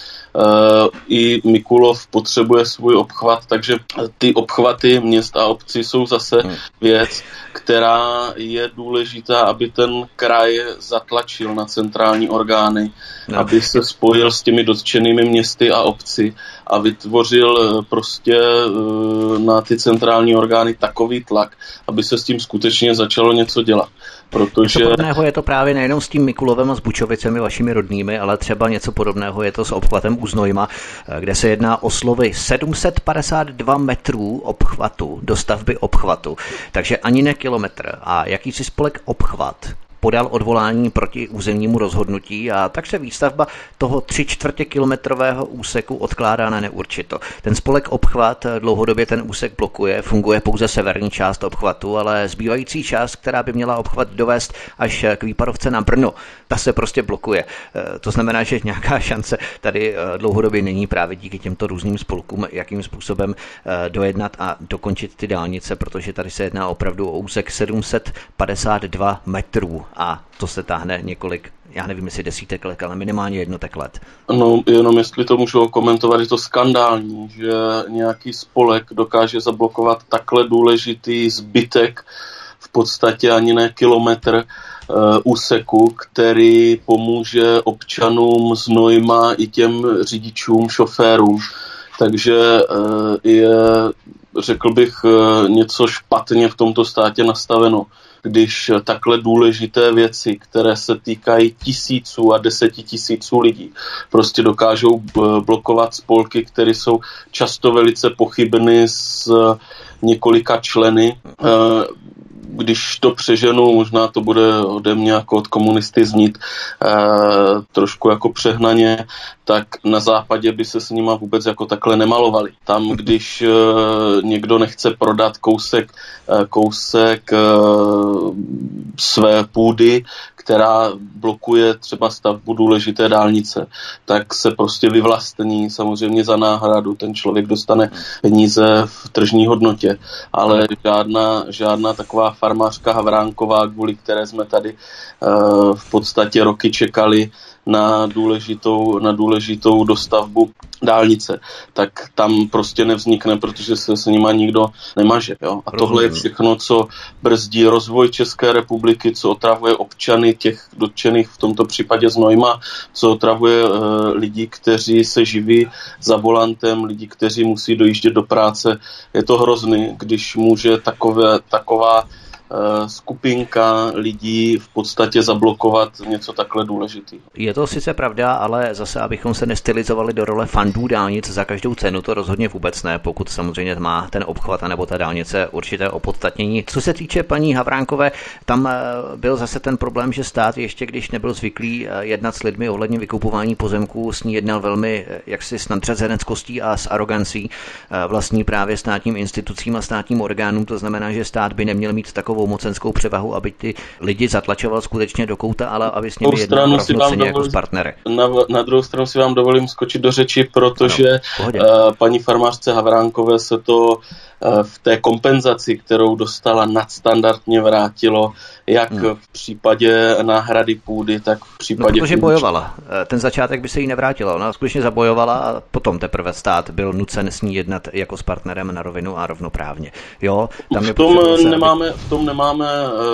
I Mikulov potřebuje svůj obchvat, takže ty obchvaty měst a obcí jsou zase věc, která je důležitá, aby ten kraj zatlačil na centrální orgány, aby se spojil s těmi dotčenými městy a obci a vytvořil prostě na ty centrální orgány takový tlak, aby se s tím skutečně začalo něco dělat. Protože... Něco podobného je to právě nejenom s tím Mikulovem a s Bučovicemi vašimi rodnými, ale třeba něco podobného je to s obchvatem u Znojma, kde se jedná o slovy 752 metrů obchvatu, dostavby obchvatu. Takže ani ne kilometr. A jakýsi spolek obchvat podal odvolání proti územnímu rozhodnutí a tak se výstavba toho 3/4 kilometrového úseku odkládá na neurčito. Ten spolek obchvat dlouhodobě ten úsek blokuje, funguje pouze severní část obchvatu, ale zbývající část, která by měla obchvat dovést až k Výpadovce na Brno, ta se prostě blokuje. To znamená, že nějaká šance tady dlouhodobě není právě díky těmto různým spolkům, jakým způsobem dojednat a dokončit ty dálnice, protože tady se jedná opravdu o úsek 752 metrů. A to se táhne několik, já nevím, jestli desítek let, ale minimálně jednotek let. No, jenom jestli to můžu komentovat, je to skandální, že nějaký spolek dokáže zablokovat takhle důležitý zbytek, v podstatě ani ne kilometr úseku, který pomůže občanům Znojma i těm řidičům, šoférům. Takže je, řekl bych, něco špatně v tomto státě nastaveno, když takhle důležité věci, které se týkají tisíců a 10 000 lidí, prostě dokážou blokovat spolky, které jsou často velice pochybny s několika členy. Když to přeženu, možná to bude ode mě jako od komunisty znít trošku jako přehnaně, tak na západě by se s nima vůbec jako takhle nemalovali. Tam, když někdo nechce prodat kousek své půdy, která blokuje třeba stavbu důležité dálnice, tak se prostě vyvlastní samozřejmě za náhradu. Ten člověk dostane peníze v tržní hodnotě, ale žádná taková farmářka Havránková, kvůli které jsme tady v podstatě roky čekali na důležitou dostavbu dálnice, tak tam prostě nevznikne, protože se s nima nikdo nemaže. Jo? A tohle je všechno, co brzdí rozvoj České republiky, co otravuje občany těch dotčených, v tomto případě Znojma, co otravuje lidi, kteří se živí za volantem, lidi, kteří musí dojíždět do práce. Je to hrozný, když může taková skupinka lidí v podstatě zablokovat něco takhle důležitý. Je to sice pravda, ale zase, abychom se nestylizovali do role fandů dálnic za každou cenu, to rozhodně vůbec ne, pokud samozřejmě má ten obchvat nebo ta dálnice určité opodstatnění. Co se týče paní Havránkové, tam byl zase ten problém, že stát ještě když nebyl zvyklý jednat s lidmi ohledně vykupování pozemků, s ní jednal velmi jaksi s nadřazeneckostí a s arogancí vlastní právě státním institucím a státním orgánům. To znamená, že stát by neměl mít takovou mocenskou převahu, aby ty lidi zatlačoval skutečně do kouta, ale aby s nimi jednal rovnocenně jako s partnery. Na druhou stranu si vám dovolím skočit do řeči, protože paní farmářce Havránkové se to v té kompenzaci, kterou dostala, nadstandardně vrátilo, jak v případě náhrady půdy, tak v případě... Protože bojovala. Ten začátek by se jí nevrátilo. Ona skutečně zabojovala a potom teprve stát byl nucen s ní jednat jako s partnerem na rovinu a rovnoprávně. Jo, tam v tom nemáme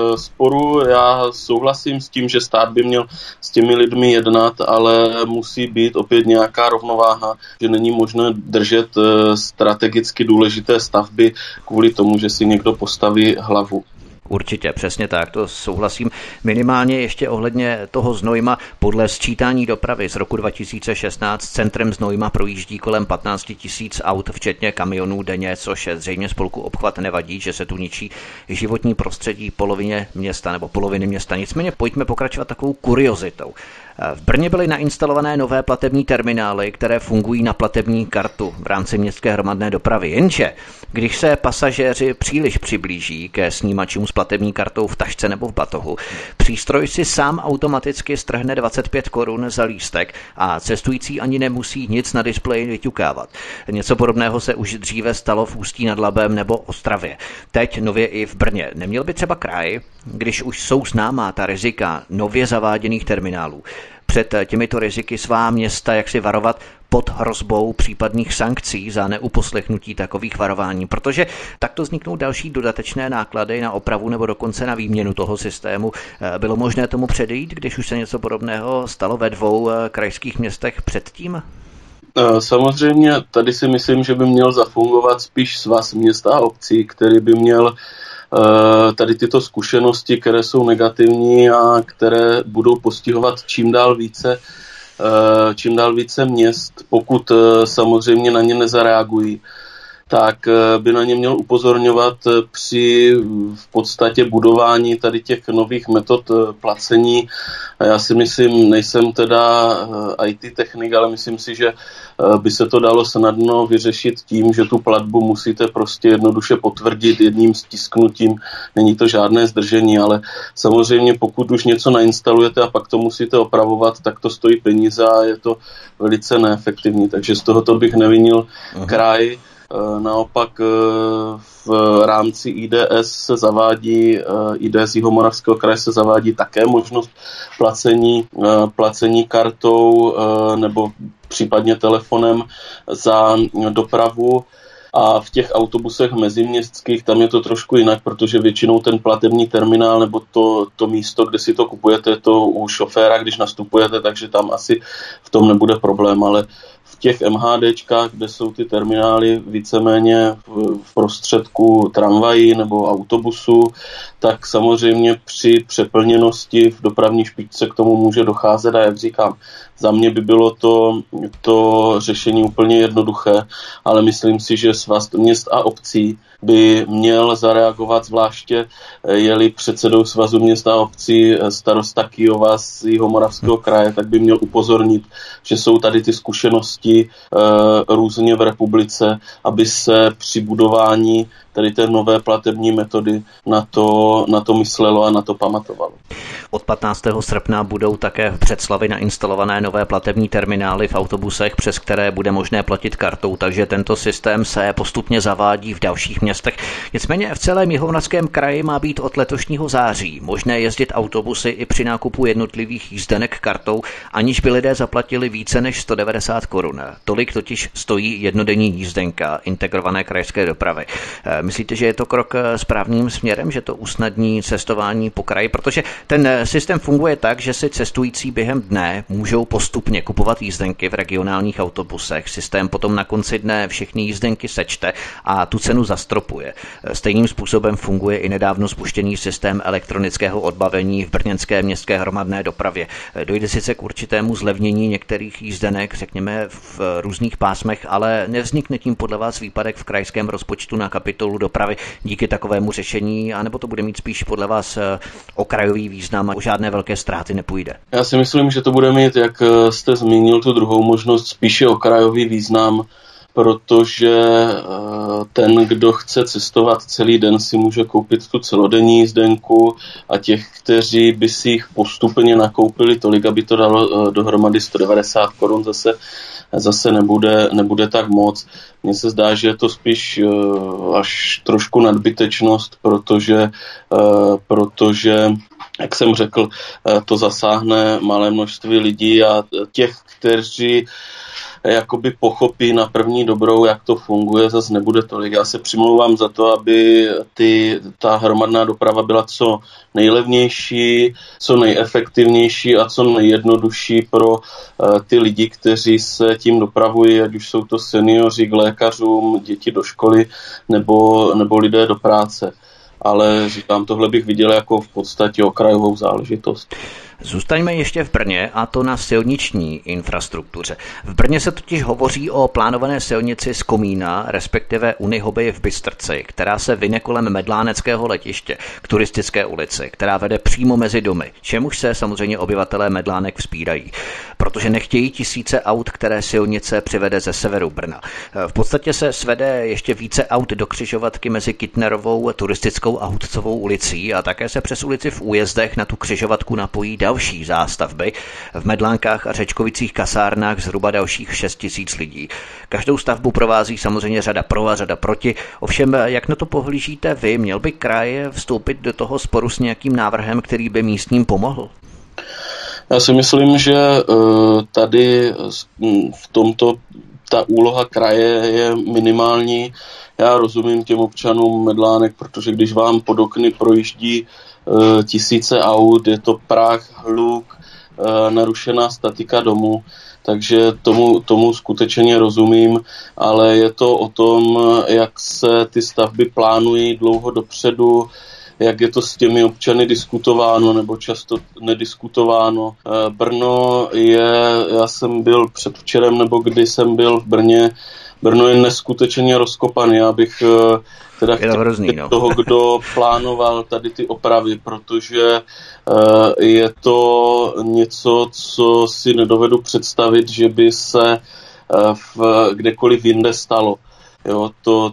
sporu. Já souhlasím s tím, že stát by měl s těmi lidmi jednat, ale musí být opět nějaká rovnováha, že není možné držet strategicky důležité stavby kvůli tomu, že si někdo postaví hlavu. Určitě, přesně tak, to souhlasím. Minimálně ještě ohledně toho Znojma. Podle sčítání dopravy z roku 2016 centrem Znojma projíždí kolem 15 000 aut, včetně kamionů denně, což zřejmě spolku Obchvat nevadí, že se tu ničí životní prostředí polovině města nebo poloviny města. Nicméně pojďme pokračovat takovou kuriozitou. V Brně byly nainstalované nové platební terminály, které fungují na platební kartu v rámci městské hromadné dopravy. Jenže když se pasažéři příliš přiblíží ke snímačům s platební kartou v tašce nebo v batohu, přístroj si sám automaticky strhne 25 korun za lístek a cestující ani nemusí nic na displeji vyťukávat. Něco podobného se už dříve stalo v Ústí nad Labem nebo Ostravě. Teď nově i v Brně. Neměl by třeba kraj, když už jsou známá ta rizika nově zaváděných terminálů, před těmito riziky svá města jak si varovat pod hrozbou případných sankcí za neuposlechnutí takových varování, protože takto vzniknou další dodatečné náklady na opravu nebo dokonce na výměnu toho systému. Bylo možné tomu předejít, když už se něco podobného stalo ve 2 krajských městech předtím? Samozřejmě tady si myslím, že by měl zafungovat spíš svaz měst a obcí, který by měl tady tyto zkušenosti, které jsou negativní a které budou postihovat čím dál více měst, pokud samozřejmě na ně nezareagují, tak by na ně měl upozorňovat při v podstatě budování tady těch nových metod placení. A já si myslím, nejsem teda IT technik, ale myslím si, že by se to dalo snadno vyřešit tím, že tu platbu musíte prostě jednoduše potvrdit jedním stisknutím. Není to žádné zdržení, ale samozřejmě pokud už něco nainstalujete a pak to musíte opravovat, tak to stojí peníze a je to velice neefektivní. Takže z tohoto bych nevinil kraj. Naopak v rámci IDS se zavádí, IDS Jihomoravského kraje se zavádí také možnost placení kartou nebo případně telefonem za dopravu. A v těch autobusech meziměstských tam je to trošku jinak, protože většinou ten platební terminál nebo to místo, kde si to kupujete, je to u šoféra, když nastupujete, takže tam asi v tom nebude problém, ale v těch MHDčkách, kde jsou ty terminály víceméně v prostředku tramvají nebo autobusu, tak samozřejmě při přeplněnosti v dopravní špičce k tomu může docházet a jak říkám, za mě by bylo to řešení úplně jednoduché, ale myslím si, že Svaz měst a obcí by měl zareagovat, zvláště je-li předsedou Svazu měst a obcí starosta Kyjova z Jihomoravského kraje, tak by měl upozornit, že jsou tady ty zkušenosti různě v republice, aby se při budování tady té nové platební metody na to myslelo a na to pamatovalo. Od 15. srpna budou také v Břeclavi nainstalované nové platební terminály v autobusech, přes které bude možné platit kartou, takže tento systém se postupně zavádí v dalších městech. Nicméně v celém Jihomoravském kraji má být od letošního září možné jezdit autobusy i při nákupu jednotlivých jízdenek kartou, aniž by lidé zaplatili více než 190 korun. Tolik totiž stojí jednodenní jízdenka integrované krajské dopravy. Myslíte, že je to krok správným směrem, že to usnadní cestování po kraji? Protože ten systém funguje tak, že si cestující během dne můžou postupně kupovat jízdenky v regionálních autobusech. Systém potom na konci dne všechny jízdenky sečte a tu cenu zastropuje. Stejným způsobem funguje i nedávno spuštěný systém elektronického odbavení v brněnské městské hromadné dopravě. Dojde sice k určitému zlevnění některých jízdenek, řekněme v různých pásmech, ale nevznikne tím podle vás výpadek v krajském rozpočtu na kapitolu dopravy díky takovému řešení, anebo to bude mít spíš podle vás okrajový význam a o žádné velké ztráty nepůjde? Já si myslím, že to bude mít, jak jste zmínil tu druhou možnost, spíše okrajový význam, protože ten, kdo chce cestovat celý den, si může koupit tu celodenní jízdenku a těch, kteří by si jich postupně nakoupili tolik, aby to dalo dohromady 190 korun, zase nebude tak moc. Mně se zdá, že je to spíš až trošku nadbytečnost, protože jak jsem řekl, to zasáhne malé množství lidí a těch, kteří jakoby pochopí na první dobrou, jak to funguje, zase nebude tolik. Já se přimlouvám za to, aby ta hromadná doprava byla co nejlevnější, co nejefektivnější a co nejjednodušší pro ty lidi, kteří se tím dopravují, ať už jsou to seniori k lékařům, děti do školy nebo lidé do práce. Ale říkám, tohle bych viděl jako v podstatě okrajovou záležitost. Zůstaňme ještě v Brně, a to na silniční infrastruktuře. V Brně se totiž hovoří o plánované silnici z Komína, respektive Unihoby v Bystrci, která se vyne kolem Medláneckého letiště k Turistické ulici, která vede přímo mezi domy, čemuž se samozřejmě obyvatelé Medlánek vzpírají, protože nechtějí tisíce aut, které silnice přivede ze severu Brna. V podstatě se svede ještě více aut do křižovatky mezi Kytnerovou, Turistickou a Hudcovou ulicí a také se přes ulici v Újezdech na tu křižovatku napojí další zástavby. V Medlánkách a Řečkovicích kasárnách zhruba dalších 6 000 lidí. Každou stavbu provází samozřejmě řada pro a řada proti. Ovšem, jak na to pohlížíte vy? Měl by kraj vstoupit do toho sporu s nějakým návrhem, který by místním pomohl? Já si myslím, že tady v tomto ta úloha kraje je minimální. Já rozumím těm občanům Medlánek, protože když vám pod okny projíždí tisíce aut, je to prach, hluk, narušená statika domu, takže tomu skutečně rozumím, ale je to o tom, jak se ty stavby plánují dlouho dopředu, jak je to s těmi občany diskutováno nebo často nediskutováno. Brno já jsem byl předvčerem, nebo kdy jsem byl v Brně, Brno je neskutečně rozkopaný. Já bych teda chtěl toho, kdo plánoval tady ty opravy, protože je to něco, co si nedovedu představit, že by se kdekoliv jinde stalo. Jo,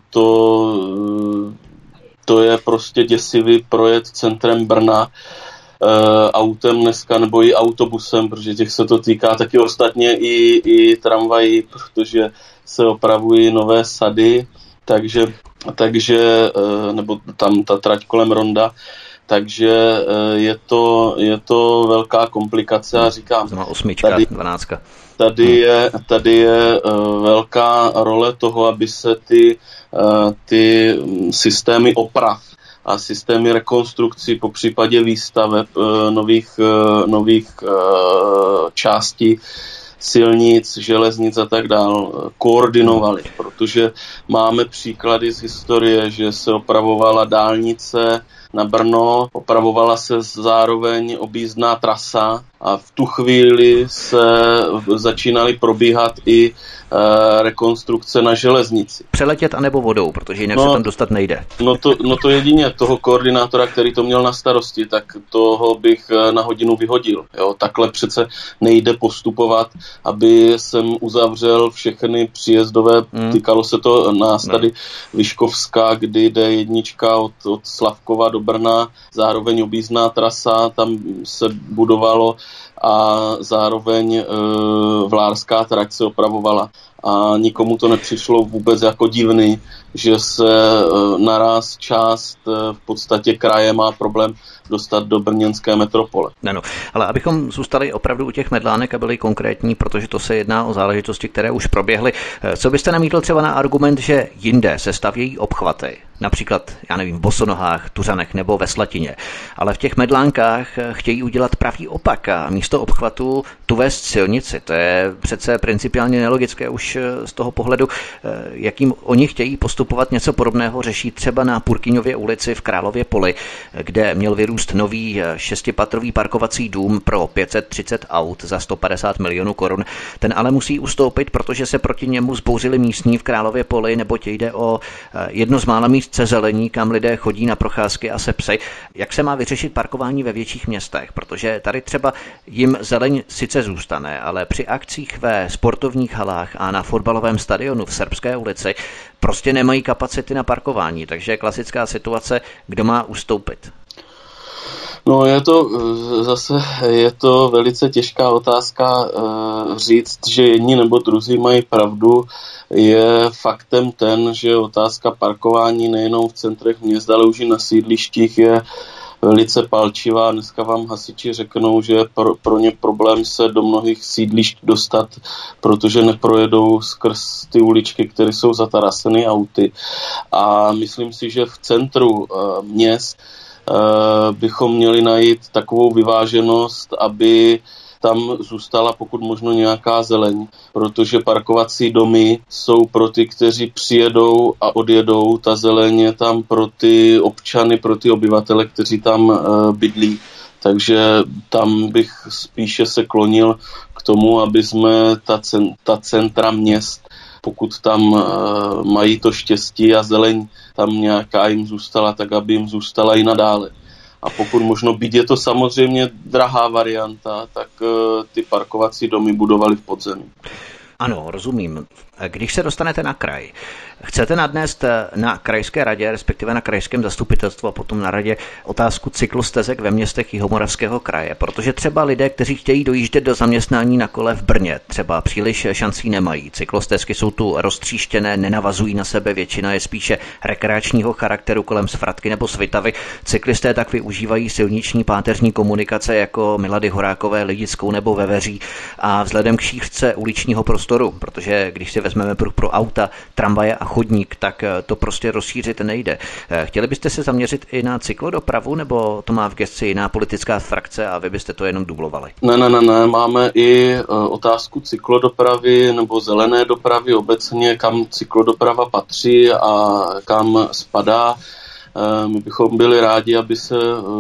to je prostě děsivý projet centrem Brna autem dneska, nebo i autobusem, protože těch se to týká, taky ostatně i tramvají, protože se opravují nové sady, takže nebo tam ta trať kolem Ronda, takže je to velká komplikace a říkám, 8, 12. Tady je velká role toho, aby se ty systémy oprav a systémy rekonstrukcí, po případě výstaveb nových částí silnic, železnic a tak dál koordinovali, protože máme příklady z historie, že se opravovala dálnice na Brno, opravovala se zároveň objízdná trasa a v tu chvíli se začínaly probíhat i rekonstrukce na železnici. Přeletět anebo vodou, protože jinak se tam dostat nejde. No to jedině toho koordinátora, který to měl na starosti, tak toho bych na hodinu vyhodil. Jo, takhle přece nejde postupovat, aby jsem uzavřel všechny příjezdové, týkalo se to nás tady Vyškovská, kdy jde jednička od Slavkova do Brna, zároveň objízdná trasa, tam se budovalo a zároveň Vlárská trať se opravovala. a nikomu to nepřišlo vůbec jako divný, že se naraz část v podstatě kraje má problém dostat do brněnské metropole. Ano, ale abychom zůstali opravdu u těch medlánek a byli konkrétní, protože to se jedná o záležitosti, které už proběhly. Co byste namítl třeba na argument, že jinde se stavějí obchvaty, například, já nevím, v Bosonohách, Tuřanech nebo ve Slatině, ale v těch medlánkách chtějí udělat pravý opak a místo obchvatu tu vést silnici. To je přece principiálně nelogické už z toho pohledu, jakým oni chtějí postupovat. Něco podobného řeší třeba na Purkyňově ulici v Králově Poli, kde měl vyrůst nový 6patrový parkovací dům pro 530 aut za 150 milionů korun. Ten ale musí ustoupit, protože se proti němu zbouřili místní v Králově Poli, neboť jde o jedno z mála míst se zelení, kam lidé chodí na procházky a se psy. Jak se má vyřešit parkování ve větších městech? Protože tady třeba jim zeleň sice zůstane, ale při akcích ve sportovních halách a na fotbalovém stadionu v Srbské ulici prostě nemají kapacity na parkování, takže klasická situace, kdo má ustoupit. No je to velice těžká otázka říct, že jedni nebo druzí mají pravdu. Je faktem ten, že otázka parkování nejenom v centrech měst, ale už i na sídlištích je velice palčivá. Dneska vám hasiči řeknou, že je pro ně problém se do mnohých sídlišť dostat, protože neprojedou skrz ty uličky, které jsou zataraseny auty. A myslím si, že v centru měst bychom měli najít takovou vyváženost, aby tam zůstala pokud možno nějaká zeleň, protože parkovací domy jsou pro ty, kteří přijedou a odjedou. Ta zeleň je tam pro ty občany, pro ty obyvatele, kteří tam bydlí. Takže tam bych spíše se klonil k tomu, aby jsme ta centra měst, pokud tam mají to štěstí a zeleň tam nějaká jim zůstala, tak aby jim zůstala i nadále. A pokud možno, byť je to samozřejmě drahá varianta, tak ty parkovací domy budovali v podzemí. Ano, rozumím. Když se dostanete na kraj, chcete nadnést na krajské radě, respektive na krajském zastupitelstvu a potom na radě otázku cyklostezek ve městech Jihomoravského kraje, protože třeba lidé, kteří chtějí dojíždět do zaměstnání na kole v Brně, třeba příliš šancí nemají. Cyklostezky jsou tu roztříštěné, nenavazují na sebe, většina je spíše rekreačního charakteru kolem Svratky nebo Svitavy. Cyklisté tak využívají silniční páteřní komunikace jako Milady Horákové, Lidickou nebo Veveří a vzhledem k šířce uličního prostoru, protože když si vezmeme pruh pro auta, tramvaje a chodník, tak to prostě rozšířit nejde. Chtěli byste se zaměřit i na cyklodopravu, nebo to má v gesci jiná politická frakce a vy byste to jenom dublovali? Ne, máme i otázku cyklodopravy nebo zelené dopravy obecně, kam cyklodoprava patří a kam spadá. My bychom byli rádi, aby se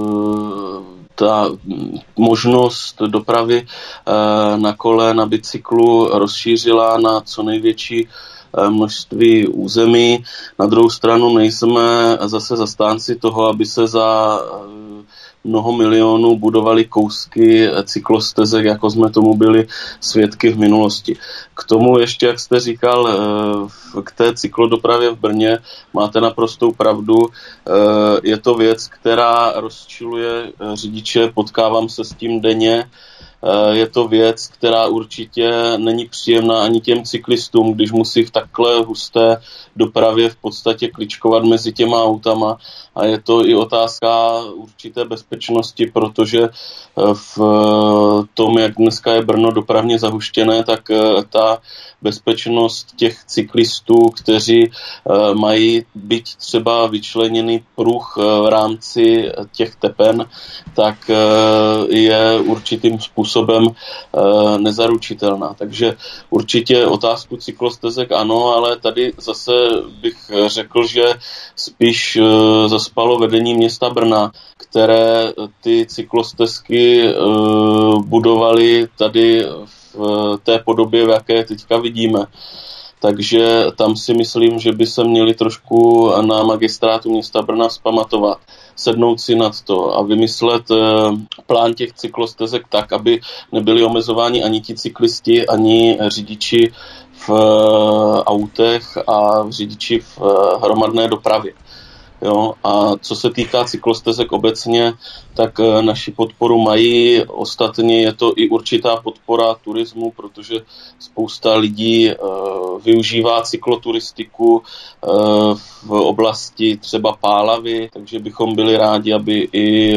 ta možnost dopravy na kole, na bicyklu rozšířila na co největší množství území. Na druhou stranu nejsme zase zastánci toho, aby se za mnoho milionů budovali kousky cyklostezek, jako jsme tomu byli svědky v minulosti. K tomu ještě, jak jste říkal, k té cyklodopravě v Brně máte naprostou pravdu. Je to věc, která rozčiluje řidiče, potkávám se s tím denně. Je to věc, která určitě není příjemná ani těm cyklistům, když musí v takhle husté dopravě v podstatě kličkovat mezi těma autama. A je to i otázka určité bezpečnosti, protože v tom, jak dneska je Brno dopravně zahuštěné, tak ta bezpečnost těch cyklistů, kteří mají být třeba vyčleněný pruh v rámci těch tepen, tak je určitým způsobem nezaručitelná. Takže určitě otázku cyklostezek ano, ale tady zase bych řekl, že spíš zaspalo vedení města Brna, které ty cyklostezky budovaly tady v té podobě, v jaké teďka vidíme. Takže tam si myslím, že by se měli trošku na magistrátu města Brna vzpamatovat, sednout si nad to a vymyslet plán těch cyklostezek tak, aby nebyli omezováni ani ti cyklisti, ani řidiči v autech a řidiči v hromadné dopravě. Jo? A co se týká cyklostezek obecně, tak naši podporu mají. Ostatně je to i určitá podpora turismu, protože spousta lidí využívá cykloturistiku v oblasti třeba Pálavy, takže bychom byli rádi, aby i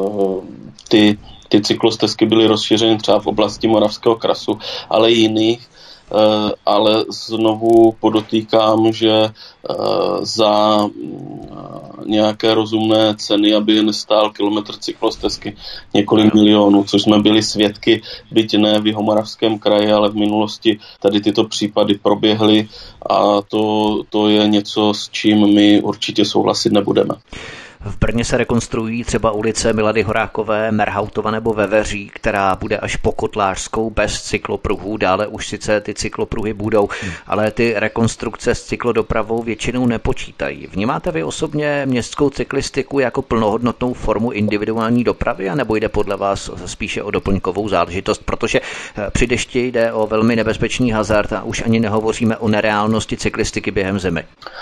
ty cyklostezky byly rozšířeny třeba v oblasti Moravského krasu, ale i jiných. Ale znovu podotýkám, že za nějaké rozumné ceny, aby nestál kilometr cyklostezky několik milionů, což jsme byli svědky, byť ne v Jihomoravském kraji, ale v minulosti tady tyto případy proběhly a to je něco, s čím my určitě souhlasit nebudeme. V Brně se rekonstruují třeba ulice Milady Horákové, Merhautova nebo Veveří, která bude až po Kotlářskou bez cyklopruhů. Dále už sice ty cyklopruhy budou, ale ty rekonstrukce s cyklodopravou většinou nepočítají. Vnímáte vy osobně městskou cyklistiku jako plnohodnotnou formu individuální dopravy, anebo jde podle vás spíše o doplňkovou záležitost, protože při dešti jde o velmi nebezpečný hazard a už ani nehovoříme o nereálnosti cyklistiky během zimy?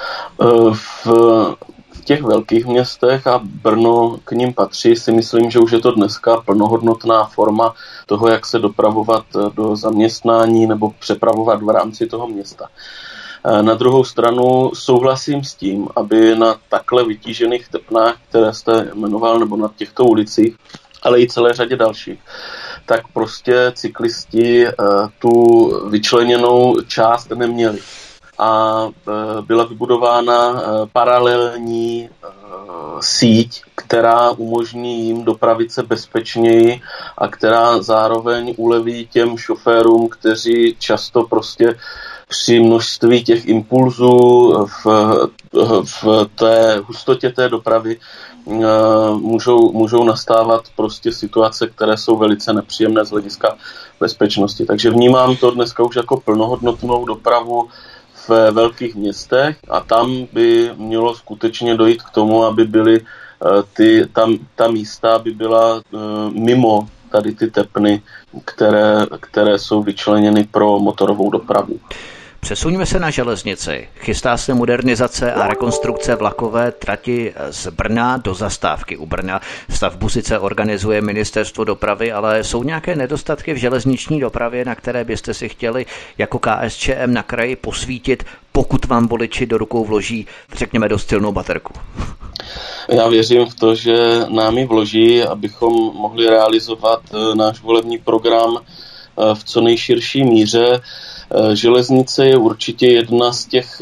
V těch velkých městech, a Brno k nim patří, si myslím, že už je to dneska plnohodnotná forma toho, jak se dopravovat do zaměstnání nebo přepravovat v rámci toho města. Na druhou stranu souhlasím s tím, aby na takhle vytížených tepnách, které jste jmenoval, nebo na těchto ulicích, ale i celé řadě dalších, tak prostě cyklisti tu vyčleněnou část neměli. A byla vybudována paralelní síť, která umožní jim dopravit se bezpečněji a která zároveň uleví těm šoférům, kteří často prostě při množství těch impulzů v té hustotě té dopravy můžou nastávat prostě situace, které jsou velice nepříjemné z hlediska bezpečnosti. Takže vnímám to dneska už jako plnohodnotnou dopravu v velkých městech a tam by mělo skutečně dojít k tomu, aby byly ta místa by byla mimo tady ty tepny, které jsou vyčleněny pro motorovou dopravu. Přesuňme se na železnici. Chystá se modernizace a rekonstrukce vlakové trati z Brna do zastávky u Brna. Stavbu sice organizuje Ministerstvo dopravy, ale jsou nějaké nedostatky v železniční dopravě, na které byste si chtěli jako KSČM na kraji posvítit, pokud vám voliči do rukou vloží, řekněme, dost silnou baterku? Já věřím v to, že nám ji vloží, abychom mohli realizovat náš volební program v co nejširší míře. Železnice je určitě jedna z těch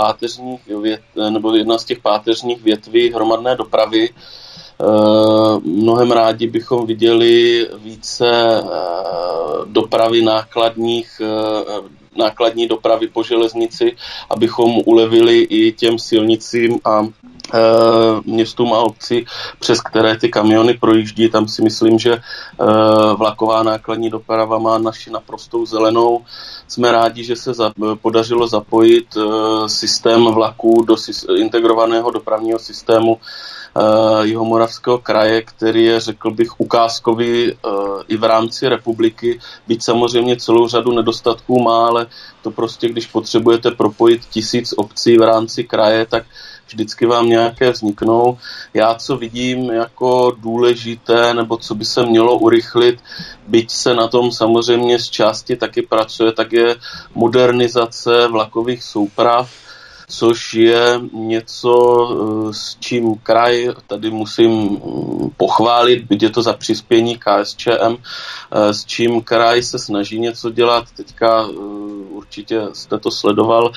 páteřních větví hromadné dopravy. Mnohem rádi bychom viděli více dopravy nákladní dopravy po železnici, abychom ulevili i těm silnicím a městům a obci, přes které ty kamiony projíždí. Tam si myslím, že vlaková nákladní doprava má naši naprostou zelenou. Jsme rádi, že se podařilo zapojit systém vlaků do integrovaného dopravního systému Jihomoravského kraje, který je, řekl bych, ukázkový i v rámci republiky, byť samozřejmě celou řadu nedostatků má, ale to prostě, když potřebujete propojit 1000 obcí v rámci kraje, tak vždycky vám nějaké vzniknou. Já, co vidím jako důležité, nebo co by se mělo urychlit, byť se na tom samozřejmě z části taky pracuje, tak je modernizace vlakových souprav, což je něco, s čím kraj, tady musím pochválit, byť je to za přispění KSČM, s čím kraj se snaží něco dělat. Teďka určitě jste to sledoval,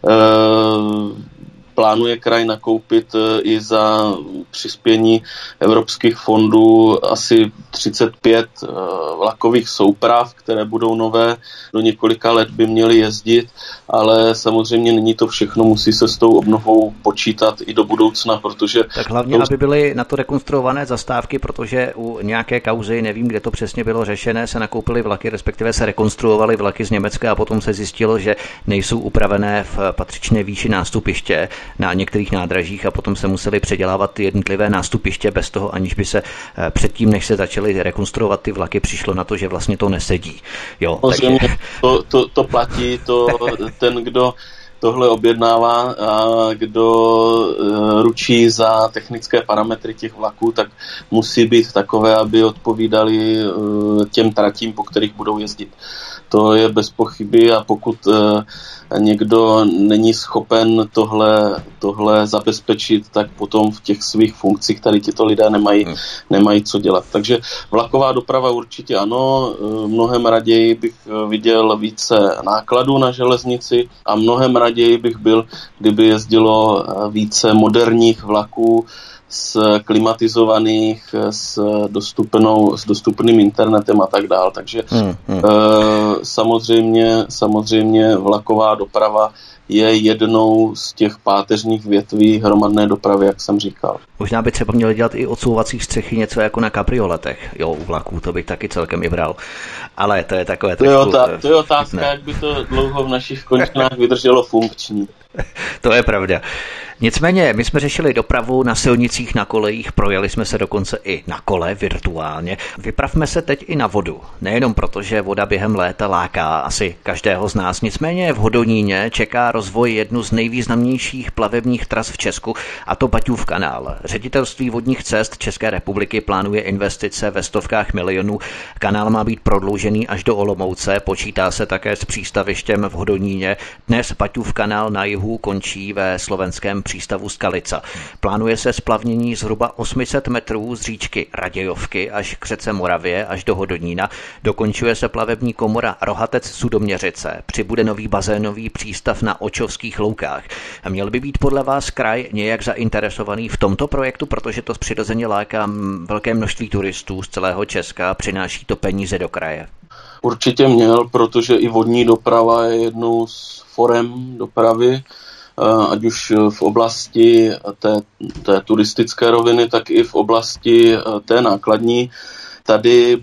plánuje kraj nakoupit i za přispění evropských fondů asi 35 vlakových souprav, které budou nové, do několika let by měly jezdit, ale samozřejmě není to všechno, musí se s tou obnovou počítat i do budoucna, protože... Tak hlavně, aby byly na to rekonstruované zastávky, protože u nějaké kauzy, nevím, kde to přesně bylo řešené, se nakoupily vlaky, respektive se rekonstruovaly vlaky z Německa a potom se zjistilo, že nejsou upravené v patřičné výši nástupiště na některých nádražích a potom se museli předělávat ty jednotlivé nástupiště bez toho, aniž by se předtím, než se začaly rekonstruovat ty vlaky, přišlo na to, že vlastně to nesedí. Jo, takže... to platí, ten, kdo tohle objednává a kdo ručí za technické parametry těch vlaků, tak musí být takové, aby odpovídali těm tratím, po kterých budou jezdit. To je bez pochyby a pokud někdo není schopen tohle zabezpečit, tak potom v těch svých funkcích tady tyto lidé nemají co dělat. Takže vlaková doprava určitě ano, mnohem raději bych viděl více nákladů na železnici a mnohem raději bych byl, kdyby jezdilo více moderních vlaků, klimatizovaných, s dostupným internetem a tak dál. Takže samozřejmě vlaková doprava je jednou z těch páteřních větví hromadné dopravy, jak jsem říkal. Možná by třeba měli dělat i odsouvací střechy něco jako na kabrioletech. Jo, u vlaků to bych taky celkem i bral. Ale to je takové... To je otázka, jak by to dlouho v našich končinách vydrželo funkční. To je pravda. Nicméně, my jsme řešili dopravu na silnicích, na kolejích, projeli jsme se dokonce i na kole virtuálně. Vypravme se teď i na vodu. Nejenom proto, že voda během léta láká asi každého z nás. Nicméně v Hodoníně čeká rozvoj jednu z nejvýznamnějších plavebních tras v Česku, a to Baťův kanál. Ředitelství vodních cest České republiky plánuje investice ve stovkách milionů. Kanál má být prodloužený až do Olomouce, počítá se také s přístavištěm v Hodoníně. Dnes Baťův kanál na jihu končí ve slovenském přístavu Skalica. Plánuje se splavnění zhruba 800 metrů z říčky Radějovky až k řece Moravě až do Hodonína. Dokončuje se plavební komora Rohatec Sudoměřice. Přibude nový bazénový přístav na Očovských loukách. A měl by být podle vás kraj nějak zainteresovaný v tomto projektu, protože to přirozeně láká velké množství turistů z celého Česka, přináší to peníze do kraje? Určitě měl, protože i vodní doprava je jednou z forem dopravy, ať už v oblasti té turistické roviny, tak i v oblasti té nákladní. Tady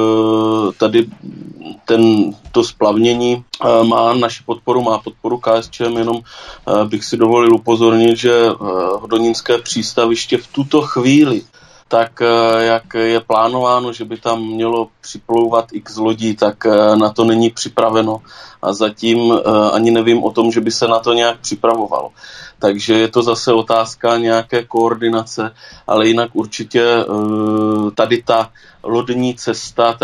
to splavnění má naši podporu, má podporu KSČM, jenom bych si dovolil upozornit, že hodonínské přístaviště v tuto chvíli, tak jak je plánováno, že by tam mělo připlouvat x lodí, tak na to není připraveno. A zatím ani nevím o tom, že by se na to nějak připravovalo. Takže je to zase otázka nějaké koordinace, ale jinak určitě tady ta lodní cesta,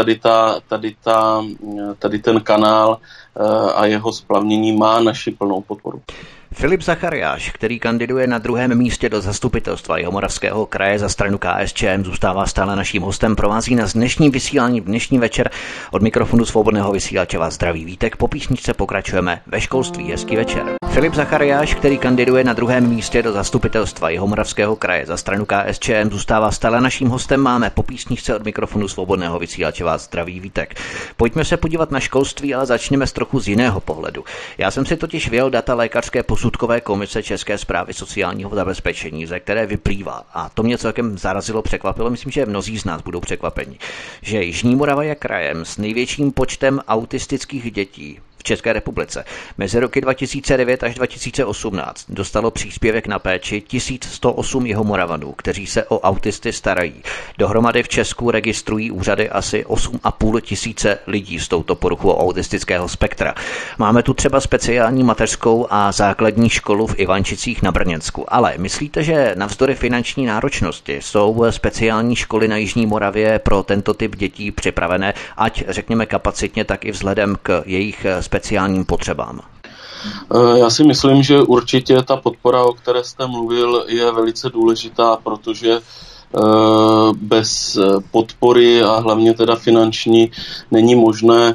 tady ten kanál a jeho splavnění má naši plnou podporu. Filip Zachariáš, který kandiduje na 2. místě do zastupitelstva Jihomoravského kraje za stranu KSČM, zůstává stále naším hostem, provází nás dnešní vysílání, dnešní večer. Od mikrofonu Svobodného vysílače vás zdraví Vítek, po písničce pokračujeme ve školství. Hezký večer. Filip Zachariáš, který kandiduje na 2. místě do zastupitelstva Jihomoravského kraje za stranu KSČM, zůstává stále naším hostem. Máme po písničce od mikrofonu Svobodného vysílače vás zdraví Vítek. Pojďme se podívat na školství, ale začněme z trochu z jiného pohledu. Já jsem si totiž vyjel data lékařské posudkové komise České správy sociálního zabezpečení, ze které vyplývá, a to mě celkem zarazilo, překvapilo, myslím, že mnozí z nás budou překvapeni, že Jižní Morava je krajem s největším počtem autistických dětí v České republice. Mezi roky 2009 až 2018 dostalo příspěvek na péči 1108 Jihomoravanů, kteří se o autisty starají. Dohromady v Česku registrují úřady asi 8,5 tisíce lidí s touto poruchou autistického spektra. Máme tu třeba speciální mateřskou a základní školu v Ivančicích na Brněnsku. Ale myslíte, že navzdory finanční náročnosti jsou speciální školy na Jižní Moravě pro tento typ dětí připravené, ať řekněme kapacitně, tak i vzhledem k jejich speciálním potřebám? Já si myslím, že určitě ta podpora, o které jste mluvil, je velice důležitá, protože bez podpory a hlavně teda finanční není možné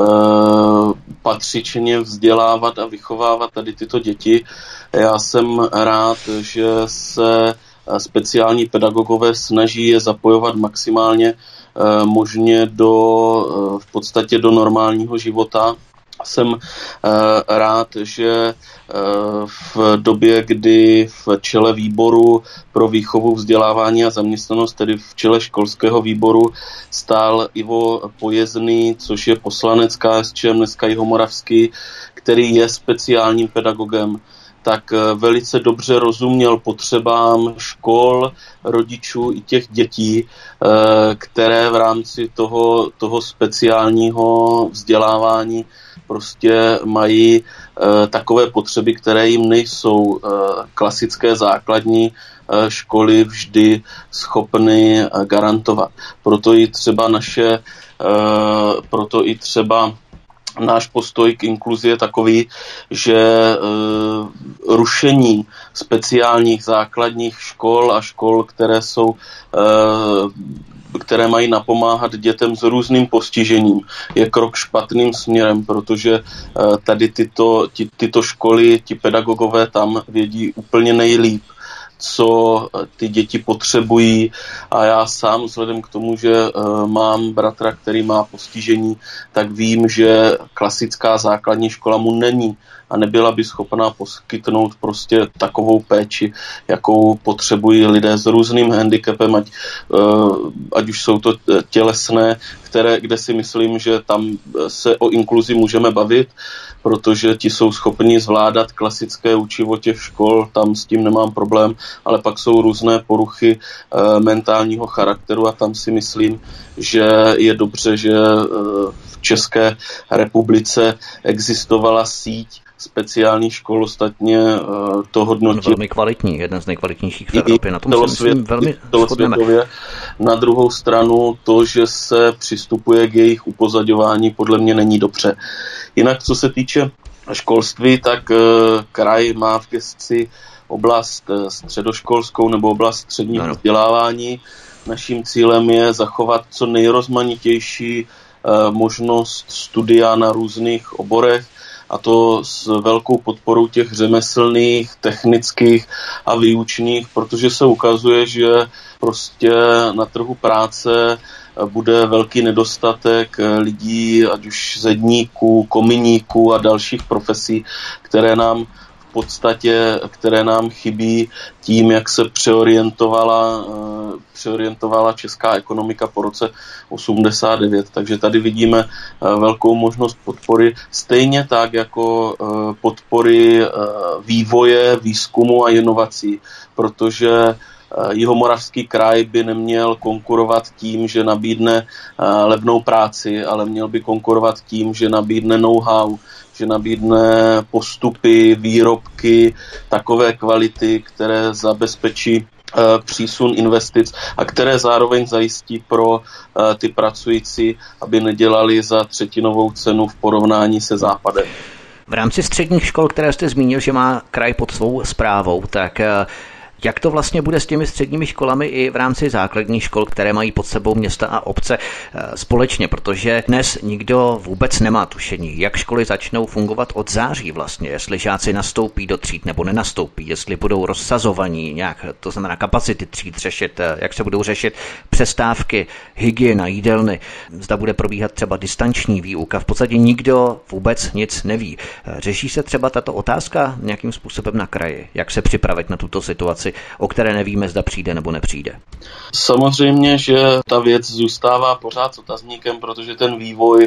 patřičně vzdělávat a vychovávat tady tyto děti. Já jsem rád, že se speciální pedagogové snaží je zapojovat maximálně možně v podstatě do normálního života. Jsem rád, že v době, kdy v čele výboru pro výchovu, vzdělávání a zaměstnanost, tedy v čele školského výboru, stál Ivo Pojezný, což je poslanec KSČM, dneska jihomoravský, který je speciálním pedagogem, tak velice dobře rozuměl potřebám škol, rodičů i těch dětí, které v rámci toho speciálního vzdělávání prostě mají takové potřeby, které jim nejsou klasické základní školy vždy schopny garantovat. Proto i třeba náš postoj k inkluzi je takový, že rušení speciálních základních škol a škol, které mají napomáhat dětem s různým postižením, je krok špatným směrem, protože tady tyto školy, ti pedagogové tam vědí úplně nejlíp, co ty děti potřebují, a já sám vzhledem k tomu, že mám bratra, který má postižení, tak vím, že klasická základní škola mu není a nebyla by schopná poskytnout prostě takovou péči, jakou potřebují lidé s různým handicapem, ať už jsou to tělesné, kde si myslím, že tam se o inkluzi můžeme bavit, protože ti jsou schopni zvládat klasické učivo těch škol, tam s tím nemám problém, ale pak jsou různé poruchy mentálního charakteru a tam si myslím, že je dobře, že v České republice existovala síť speciálních škol, ostatně to hodnotí. Velmi kvalitní, jeden z nejkvalitnějších v Evropě. Na tom si myslím velmi shodneme. Na druhou stranu to, že se přistupuje k jejich upozadování, podle mě není dobře. Jinak, co se týče školství, tak kraj má v gesci oblast středoškolskou nebo oblast středního vzdělávání. Naším cílem je zachovat co nejrozmanitější možnost studia na různých oborech, a to s velkou podporou těch řemeslných, technických a výučních, protože se ukazuje, že prostě na trhu práce bude velký nedostatek lidí, ať už zedníků, kominíků a dalších profesí, které nám chybí tím, jak se přeorientovala česká ekonomika po roce 89. Takže tady vidíme velkou možnost podpory, stejně tak jako podpory vývoje, výzkumu a inovací, protože Jihomoravský kraj by neměl konkurovat tím, že nabídne levnou práci, ale měl by konkurovat tím, že nabídne know-how, že nabídne postupy, výrobky takové kvality, které zabezpečí přísun investic a které zároveň zajistí pro ty pracující, aby nedělali za třetinovou cenu v porovnání se Západem. V rámci středních škol, které jste zmínil, že má kraj pod svou správou, tak jak to vlastně bude s těmi středními školami i v rámci základních škol, které mají pod sebou města a obce společně, protože dnes nikdo vůbec nemá tušení, jak školy začnou fungovat od září vlastně, jestli žáci nastoupí do tříd nebo nenastoupí, jestli budou rozsazovaní nějak, to znamená kapacity tříd řešit, jak se budou řešit přestávky, hygiena, jídelny, zda bude probíhat třeba distanční výuka. V podstatě nikdo vůbec nic neví. Řeší se třeba tato otázka nějakým způsobem na kraji, jak se připravit na tuto situaci, o které nevíme, zda přijde nebo nepřijde? Samozřejmě, že ta věc zůstává pořád s otazníkem, protože ten vývoj,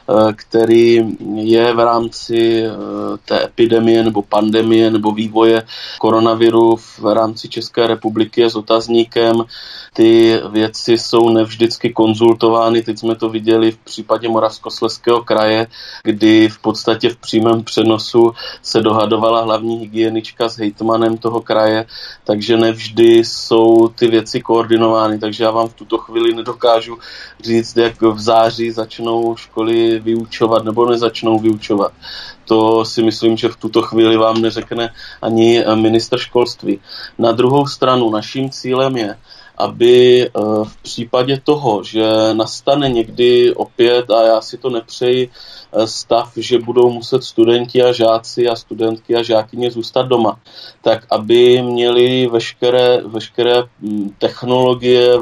který je v rámci té epidemie nebo pandemie nebo vývoje koronaviru v rámci České republiky, je s otazníkem. Ty věci jsou nevždycky konzultovány. Teď jsme to viděli v případě Moravskoslezského kraje, kdy v podstatě v přímém přenosu se dohadovala hlavní hygienička s hejtmanem toho kraje, takže nevždy jsou ty věci koordinovány. Takže já vám v tuto chvíli nedokážu říct, jak v září začnou školy vyučovat nebo nezačnou vyučovat. To si myslím, že v tuto chvíli vám neřekne ani ministr školství. Na druhou stranu naším cílem je, aby v případě toho, že nastane někdy opět, a já si to nepřeji, stav, že budou muset studenti a žáci a studentky a žákyně zůstat doma, tak aby měli veškeré technologie,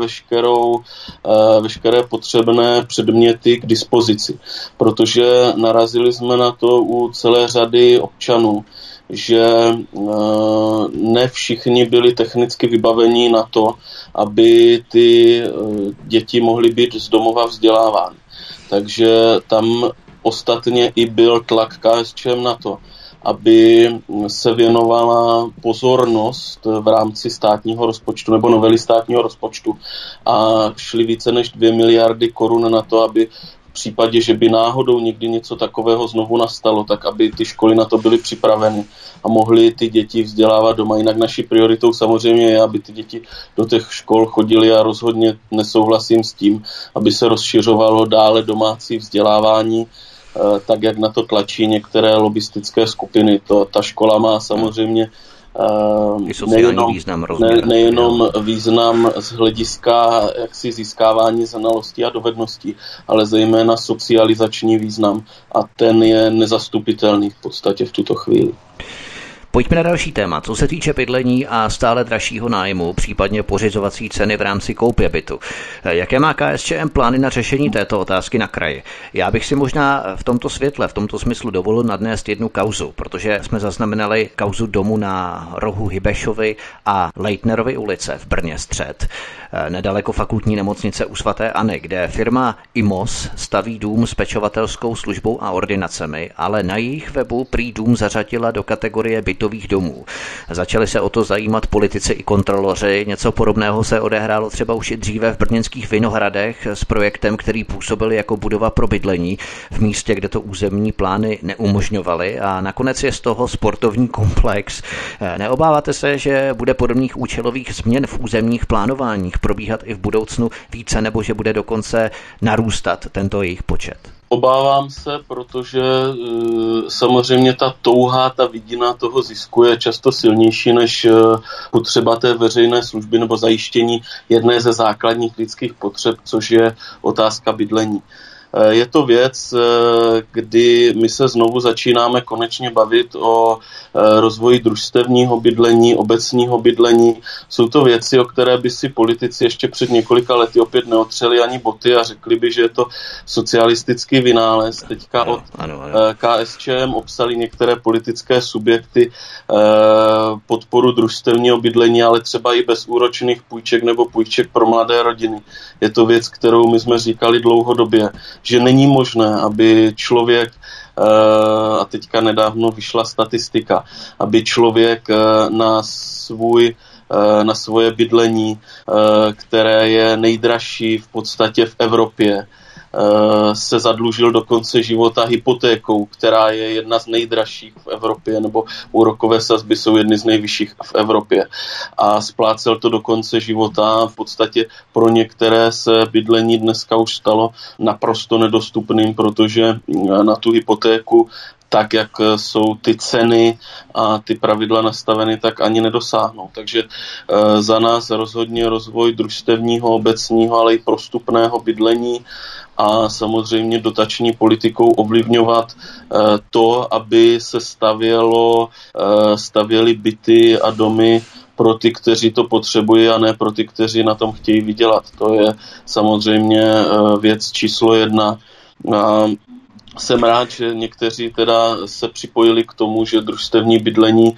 veškeré potřebné předměty k dispozici. Protože narazili jsme na to u celé řady občanů, že ne všichni byli technicky vybavení na to, aby ty děti mohly být z domova vzdělávány. Takže tam ostatně i byl tlak KSČM na to, aby se věnovala pozornost v rámci státního rozpočtu nebo novely státního rozpočtu a šly více než 2 miliardy korun na to, aby v případě, že by náhodou někdy něco takového znovu nastalo, tak aby ty školy na to byly připraveny a mohly ty děti vzdělávat doma. Jinak naší prioritou samozřejmě je, aby ty děti do těch škol chodily a rozhodně nesouhlasím s tím, aby se rozšiřovalo dále domácí vzdělávání, tak jak na to tlačí některé lobistické skupiny. Ta škola má samozřejmě nejenom význam z hlediska jaksi získávání znalostí a dovedností, ale zejména socializační význam a ten je nezastupitelný v podstatě v tuto chvíli. Pojďme na další téma. Co se týče bydlení a stále dražšího nájmu, případně pořizovací ceny v rámci koupě bytu. Jaké má KSČM plány na řešení této otázky na kraji? Já bych si možná v tomto světle, v tomto smyslu dovolil nadnést jednu kauzu, protože jsme zaznamenali kauzu domu na rohu Hybešovy a Leitnerovy ulice v Brně střed, nedaleko fakultní nemocnice u svaté Anny, kde firma IMOS staví dům s pečovatelskou službou a ordinacemi, ale na jejich webu prý dům zařadila do kategorie bytových domů. Začali se o to zajímat politici i kontroloři. Něco podobného se odehrálo třeba už i dříve v brněnských Vinohradech s projektem, který působil jako budova pro bydlení v místě, kde to územní plány neumožňovaly, a nakonec je z toho sportovní komplex. Neobáváte se, že bude podobných účelových změn v územních plánováních probíhat i v budoucnu více, nebo že bude dokonce narůstat tento jejich počet? Obávám se, protože samozřejmě ta touha, ta vidina toho zisku je často silnější než potřeba té veřejné služby nebo zajištění jedné ze základních lidských potřeb, což je otázka bydlení. Je to věc, kdy my se znovu začínáme konečně bavit o rozvoji družstevního bydlení, obecního bydlení. Jsou to věci, o které by si politici ještě před několika lety opět neotřeli ani boty a řekli by, že je to socialistický vynález. Teďka od KSČM obsali některé politické subjekty podporu družstevního bydlení, ale třeba i bezúročných půjček nebo půjček pro mladé rodiny. Je to věc, kterou my jsme říkali dlouhodobě, že není možné, aby člověk, a teďka nedávno vyšla statistika, aby člověk na svoje bydlení, které je nejdražší v podstatě v Evropě, se zadlužil do konce života hypotékou, která je jedna z nejdražších v Evropě, nebo úrokové sazby jsou jedny z nejvyšších v Evropě. A splácel to do konce života. V podstatě pro některé se bydlení dneska už stalo naprosto nedostupným, protože na tu hypotéku, tak jak jsou ty ceny a ty pravidla nastaveny, tak ani nedosáhnou. Takže za nás rozhodně rozvoj družstevního, obecního, ale i prostupného bydlení a samozřejmě dotační politikou ovlivňovat to, aby se stavěly byty a domy pro ty, kteří to potřebují, a ne pro ty, kteří na tom chtějí vydělat. To je samozřejmě věc číslo 1. Jsem rád, že někteří teda se připojili k tomu, že družstevní bydlení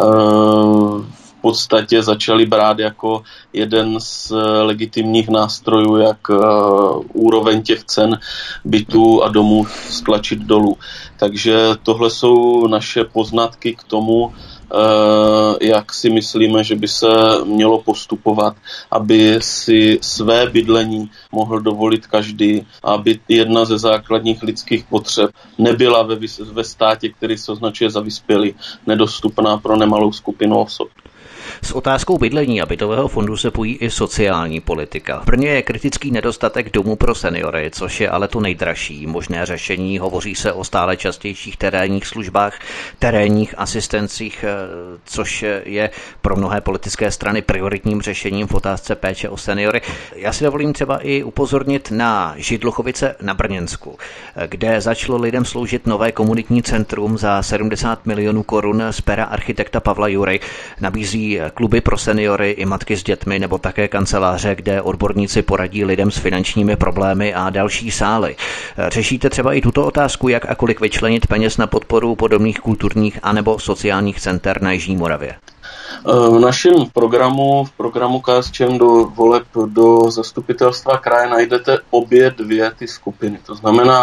v podstatě začali brát jako jeden z legitimních nástrojů, jak úroveň těch cen bytů a domů stlačit dolů. Takže tohle jsou naše poznatky k tomu, jak si myslíme, že by se mělo postupovat, aby si své bydlení mohl dovolit každý, aby jedna ze základních lidských potřeb nebyla ve státě, který se označuje za vyspělý, nedostupná pro nemalou skupinu osob. S otázkou bydlení a bytového fondu se pojí i sociální politika. V Brně je kritický nedostatek domů pro seniory, což je ale to nejdražší možné řešení. Hovoří se o stále častějších terénních službách, terénních asistencích, což je pro mnohé politické strany prioritním řešením v otázce péče o seniory. Já si dovolím třeba i upozornit na Židlochovice na Brněnsku, kde začalo lidem sloužit nové komunitní centrum za 70 milionů korun z pera architekta Pavla Jury. Nabízí kluby pro seniory i matky s dětmi nebo také kanceláře, kde odborníci poradí lidem s finančními problémy a další sály. Řešíte třeba i tuto otázku, jak a kolik vyčlenit peněz na podporu podobných kulturních anebo sociálních center na Jižní Moravě? V našem programu KSČM do voleb do zastupitelstva kraje najdete obě dvě ty skupiny. To znamená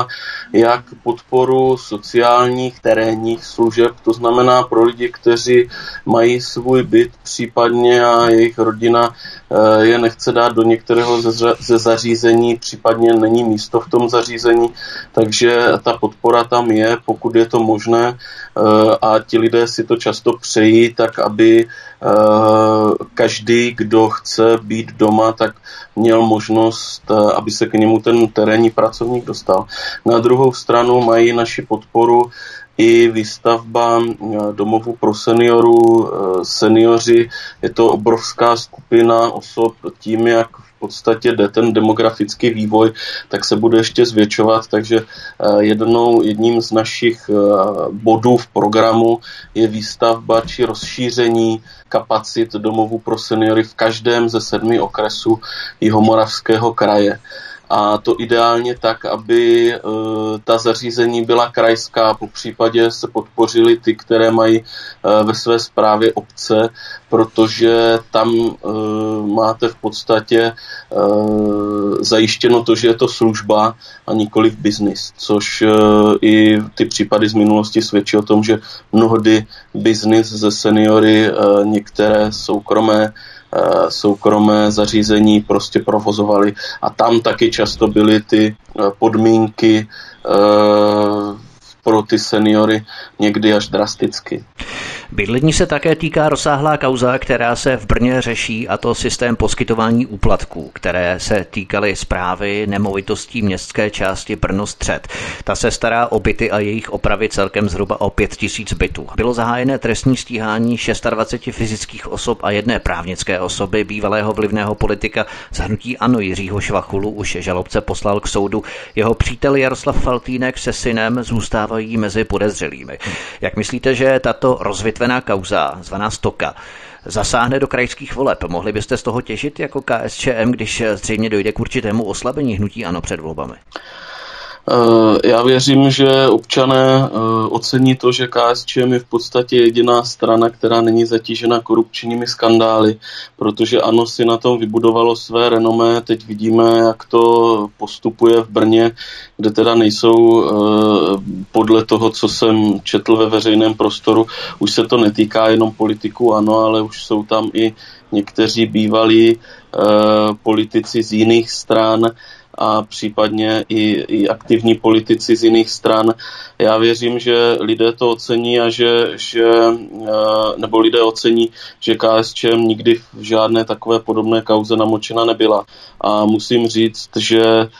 jak podporu sociálních terénních služeb, to znamená pro lidi, kteří mají svůj byt případně a jejich rodina je nechce dát do některého ze zařízení, případně není místo v tom zařízení, takže ta podpora tam je, pokud je to možné, a ti lidé si to často přejí, tak aby každý, kdo chce být doma, tak měl možnost, aby se k němu ten terénní pracovník dostal. Na druhou stranu mají naši podporu i výstavba domovů pro seniorů. Seniori, je to obrovská skupina osob, tím, jak v podstatě jde ten demografický vývoj, tak se bude ještě zvětšovat, takže jedním z našich bodů v programu je výstavba či rozšíření kapacit domovů pro seniory v každém ze 7 okresů Jihomoravského kraje. A to ideálně tak, aby ta zařízení byla krajská, popřípadě se podpořily ty, které mají ve své správě obce, protože tam máte v podstatě zajištěno to, že je to služba a nikoliv biznis, což i ty případy z minulosti svědčí o tom, že mnohdy biznis ze seniory některé soukromé zařízení prostě provozovali a tam taky často byly ty podmínky pro ty seniory někdy až drasticky. Bydlení se také týká rozsáhlá kauza, která se v Brně řeší, a to systém poskytování úplatků, které se týkaly správy nemovitostí městské části Brno-Střed. Ta se stará o byty a jejich opravy celkem zhruba o 5 000 bytů. Bylo zahájené trestní stíhání 26 fyzických osob a 1 právnické osoby. Bývalého vlivného politika z hnutí ANO Jiřího Švachulu už žalobce poslal k soudu. Jeho přítel Jaroslav Faltýnek se synem zůstávají mezi podezřelými. Jak myslíte, že tato rozvětvená kauza, zvaná Stoka, zasáhne do krajských voleb? Mohli byste z toho těžit jako KSČM, když zřejmě dojde k určitému oslabení hnutí ANO před volbami? Já věřím, že občané ocení to, že KSČM je v podstatě jediná strana, která není zatížena korupčními skandály, protože ANO si na tom vybudovalo své renomé. Teď vidíme, jak to postupuje v Brně, kde teda nejsou podle toho, co jsem četl ve veřejném prostoru, už se to netýká jenom politiků ANO, ale už jsou tam i někteří bývalí politici z jiných stran a případně i aktivní politici z jiných stran. Já věřím, že lidé to ocení a nebo lidé ocení, že KSČM nikdy v žádné takové podobné kauze namočena nebyla. A musím říct, že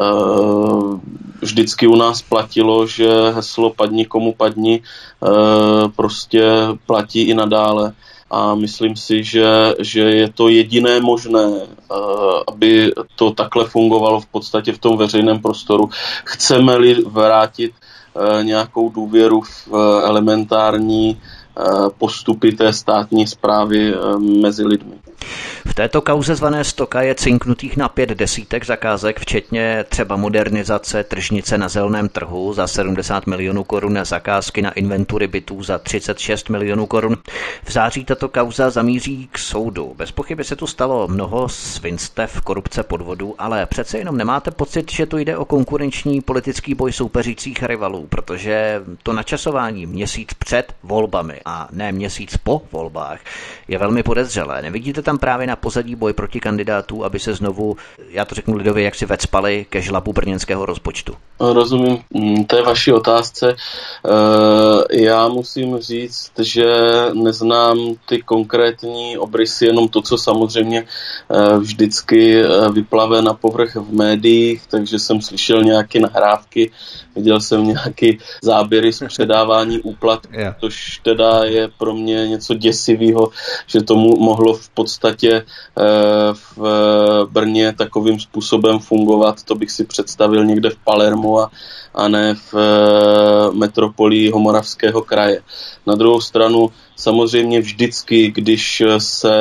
vždycky u nás platilo, že heslo padni komu padni prostě platí i nadále. A myslím si, že je to jediné možné, aby to takhle fungovalo v podstatě v tom veřejném prostoru. Chceme-li vrátit nějakou důvěru v elementární postupy té státní správy mezi lidmi. V této kauze zvané Stoka je cinknutých na 5 desítek zakázek, včetně třeba modernizace tržnice na zeleném trhu za 70 milionů korun, zakázky na inventury bytů za 36 milionů korun. V září tato kauza zamíří k soudu. Bez pochyby se tu stalo mnoho svinstev, korupce, podvodů, ale přece jenom nemáte pocit, že tu jde o konkurenční politický boj soupeřících rivalů, protože to načasování měsíc před volbami a ne měsíc po volbách je velmi podezřelé. Nevidíte tam právě na pozadí boj proti kandidátů, aby se znovu, já to řeknu lidově, jak si vecpali ke žlabu brněnského rozpočtu? Rozumím té vaší otázce. Já musím říct, že neznám ty konkrétní obrysy, jenom to, co samozřejmě vždycky vyplave na povrch v médiích, takže jsem slyšel nějaké nahrávky, viděl jsem nějaké záběry z předávání úplatků, což teda je pro mě něco děsivého, že tomu mohlo v podstatě v Brně takovým způsobem fungovat. To bych si představil někde v Palermu a ne v metropolii Jihomoravského kraje. Na druhou stranu samozřejmě vždycky, když se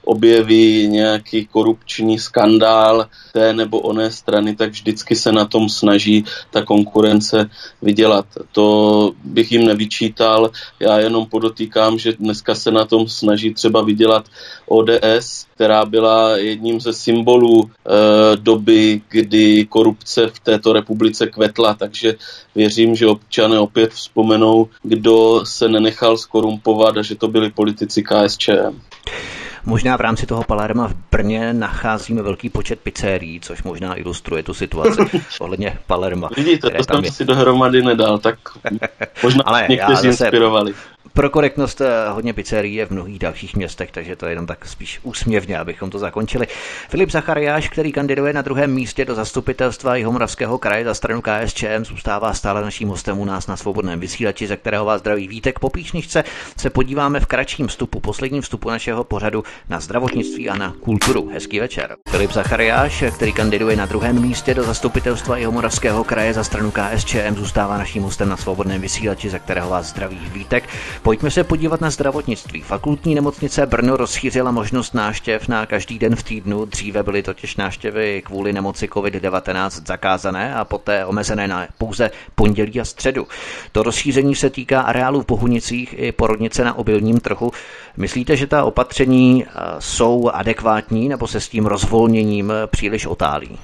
objeví nějaký korupční skandál té nebo oné strany, tak vždycky se na tom snaží ta konkurence vydělat. To bych jim nevyčítal, já jenom podotýkám, že dneska se na tom snaží třeba vydělat ODS, která byla jedním ze symbolů doby, kdy korupce v této republice kvetla, takže věřím, že občané opět vzpomenou, kdo se nenechal skorumpovat a že to byli politici KSČM. Možná v rámci toho Palerma v Brně nacházíme velký počet pizzerií, což možná ilustruje tu situaci ohledně Palerma. Vidíte, to jsem si dohromady nedal, tak možná ale někteří inspirovali. Pro korektnost hodně pizzerií je v mnohých dalších městech, takže to je jenom tak spíš úsměvně, abychom to zakončili. Filip Zachariáš, který kandiduje na 2. místě do zastupitelstva Jihomoravského kraje za stranu KSČM, zůstává stále naším hostem u nás na Svobodném vysílači, za kterého vás zdraví Vítek. Po písničce se podíváme v kratším vstupu, posledním vstupu našeho pořadu na zdravotnictví a na kulturu. Hezký večer. Filip Zachariáš, který kandiduje na 2. místě do zastupitelstva Jihomoravského kraje za stranu KSČM, zůstává naším hostem na Svobodném vysílači, za kterého vás zdraví Vítek. Pojďme se podívat na zdravotnictví. Fakultní nemocnice Brno rozšířila možnost návštěv na každý den v týdnu. Dříve byly totiž návštěvy kvůli nemoci COVID-19 zakázané a poté omezené na pouze pondělí a středu. To rozšíření se týká areálů v Bohunicích i porodnice na Obilním trhu. Myslíte, že ta opatření jsou adekvátní nebo se s tím rozvolněním příliš otálí?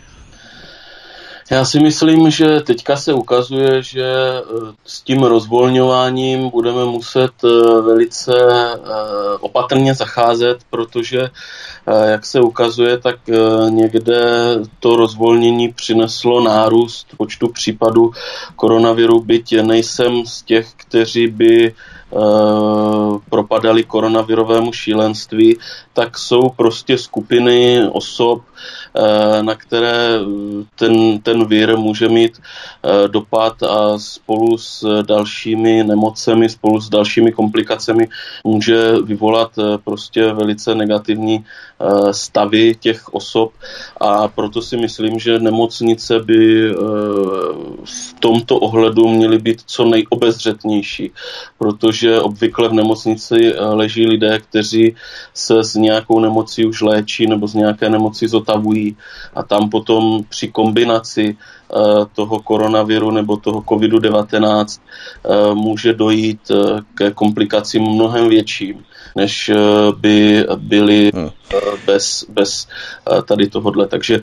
Já si myslím, že teďka se ukazuje, že s tím rozvolňováním budeme muset velice opatrně zacházet, protože, jak se ukazuje, tak někde to rozvolnění přineslo nárůst počtu případů koronaviru, byť nejsem z těch, kteří by propadali koronavirovému šílenství, tak jsou prostě skupiny osob, na které ten vir může mít dopad a spolu s dalšími nemocemi, spolu s dalšími komplikacemi může vyvolat prostě velice negativní stavy těch osob a proto si myslím, že nemocnice by v tomto ohledu měly být co nejobezřetnější, protože obvykle v nemocnici leží lidé, kteří se s nějakou nemocí už léčí nebo z nějaké nemoci zotavují a tam potom při kombinaci toho koronaviru nebo toho COVID-19 může dojít ke komplikacím mnohem větším, než by byly bez tady tohodle. Takže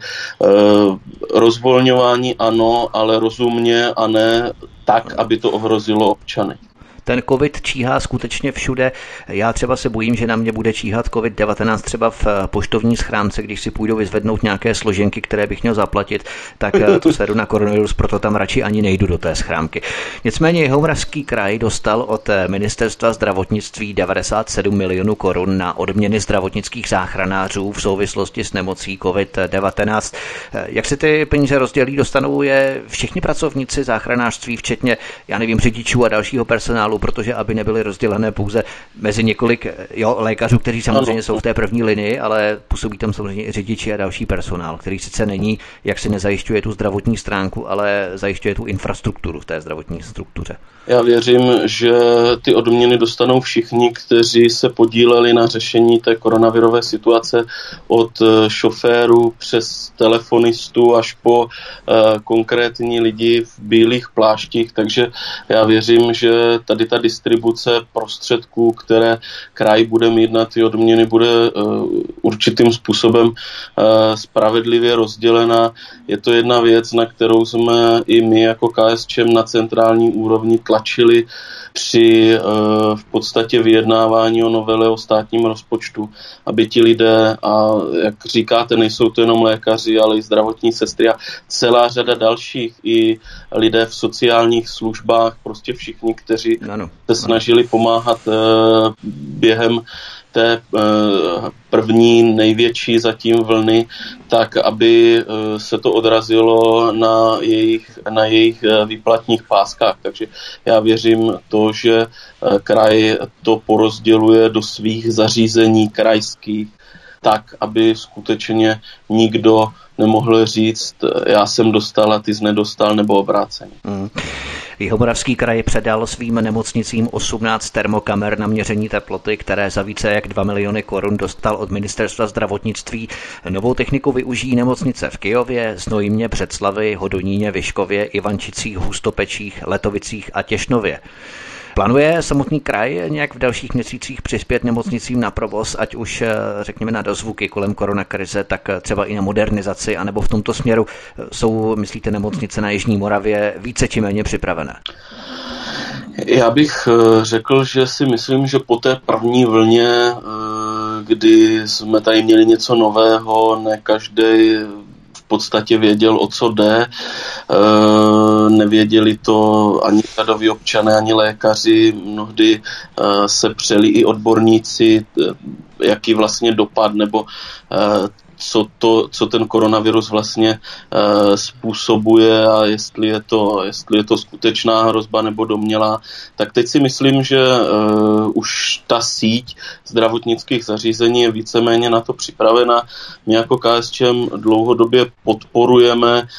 rozvolňování ano, ale rozumně a ne tak, aby to ohrozilo občany. Ten covid číhá skutečně všude. Já třeba se bojím, že na mě bude číhat COVID-19 třeba v poštovní schránce, když si půjdu vyzvednout nějaké složenky, které bych měl zaplatit, tak to sedu na koronavirus, proto tam radši ani nejdu do té schránky. Nicméně Jihomoravský kraj dostal od Ministerstva zdravotnictví 97 milionů korun na odměny zdravotnických záchranářů v souvislosti s nemocí COVID-19. Jak se ty peníze rozdělí, dostanou je všichni pracovníci záchranářství, včetně, já nevím, řidičů a dalšího personálu, protože aby nebyly rozdělené pouze mezi několik lékařů, kteří samozřejmě jsou v té první linii, ale působí tam samozřejmě i řidiči a další personál, který sice není, jak si nezajišťuje tu zdravotní stránku, ale zajišťuje tu infrastrukturu v té zdravotní struktuře. Já věřím, že ty odměny dostanou všichni, kteří se podíleli na řešení té koronavirové situace, od šoférů přes telefonistu až po konkrétní lidi v bílých pláštích, takže já věřím, že tady ta distribuce prostředků, které kraj bude mít na ty odměny, bude určitým způsobem spravedlivě rozdělena. Je to jedna věc, na kterou jsme i my jako KSČM na centrální úrovni tlačili při v podstatě vyjednávání o novele o státním rozpočtu, aby ti lidé, a jak říkáte, nejsou to jenom lékaři, ale i zdravotní sestry a celá řada dalších, i lidé v sociálních službách, prostě všichni, kteří se snažili pomáhat během té první největší zatím vlny, tak aby se to odrazilo na jejich výplatních páskách. Takže já věřím to, že kraj to porozděluje do svých zařízení krajských, tak, aby skutečně nikdo nemohl říct, já jsem dostal a ty jsi nedostal, nebo obráceně. Jihomoravský kraj předal svým nemocnicím 18 termokamer na měření teploty, které za více jak 2 miliony korun dostal od ministerstva zdravotnictví. Novou techniku využijí nemocnice v Kyjově, Znojmě, Břeclavi, Hodoníně, Vyškově, Ivančicích, Hustopečích, Letovicích a Těšnově. Plánuje samotný kraj nějak v dalších měsících přispět nemocnicím na provoz, ať už řekněme na dozvuky kolem koronakrize, tak třeba i na modernizaci, anebo v tomto směru jsou, myslíte, nemocnice na Jižní Moravě více či méně připravené? Já bych řekl, že si myslím, že po té první vlně, kdy jsme tady měli něco nového, ne každý v podstatě věděl, o co jde. Nevěděli to ani řadoví občané, ani lékaři. Mnohdy se přeli i odborníci, jaký vlastně dopad nebo co ten koronavirus vlastně způsobuje a jestli je to skutečná hrozba nebo domnělá. Tak teď si myslím, že už ta síť zdravotnických zařízení je víceméně na to připravena. My jako KSČM dlouhodobě podporujeme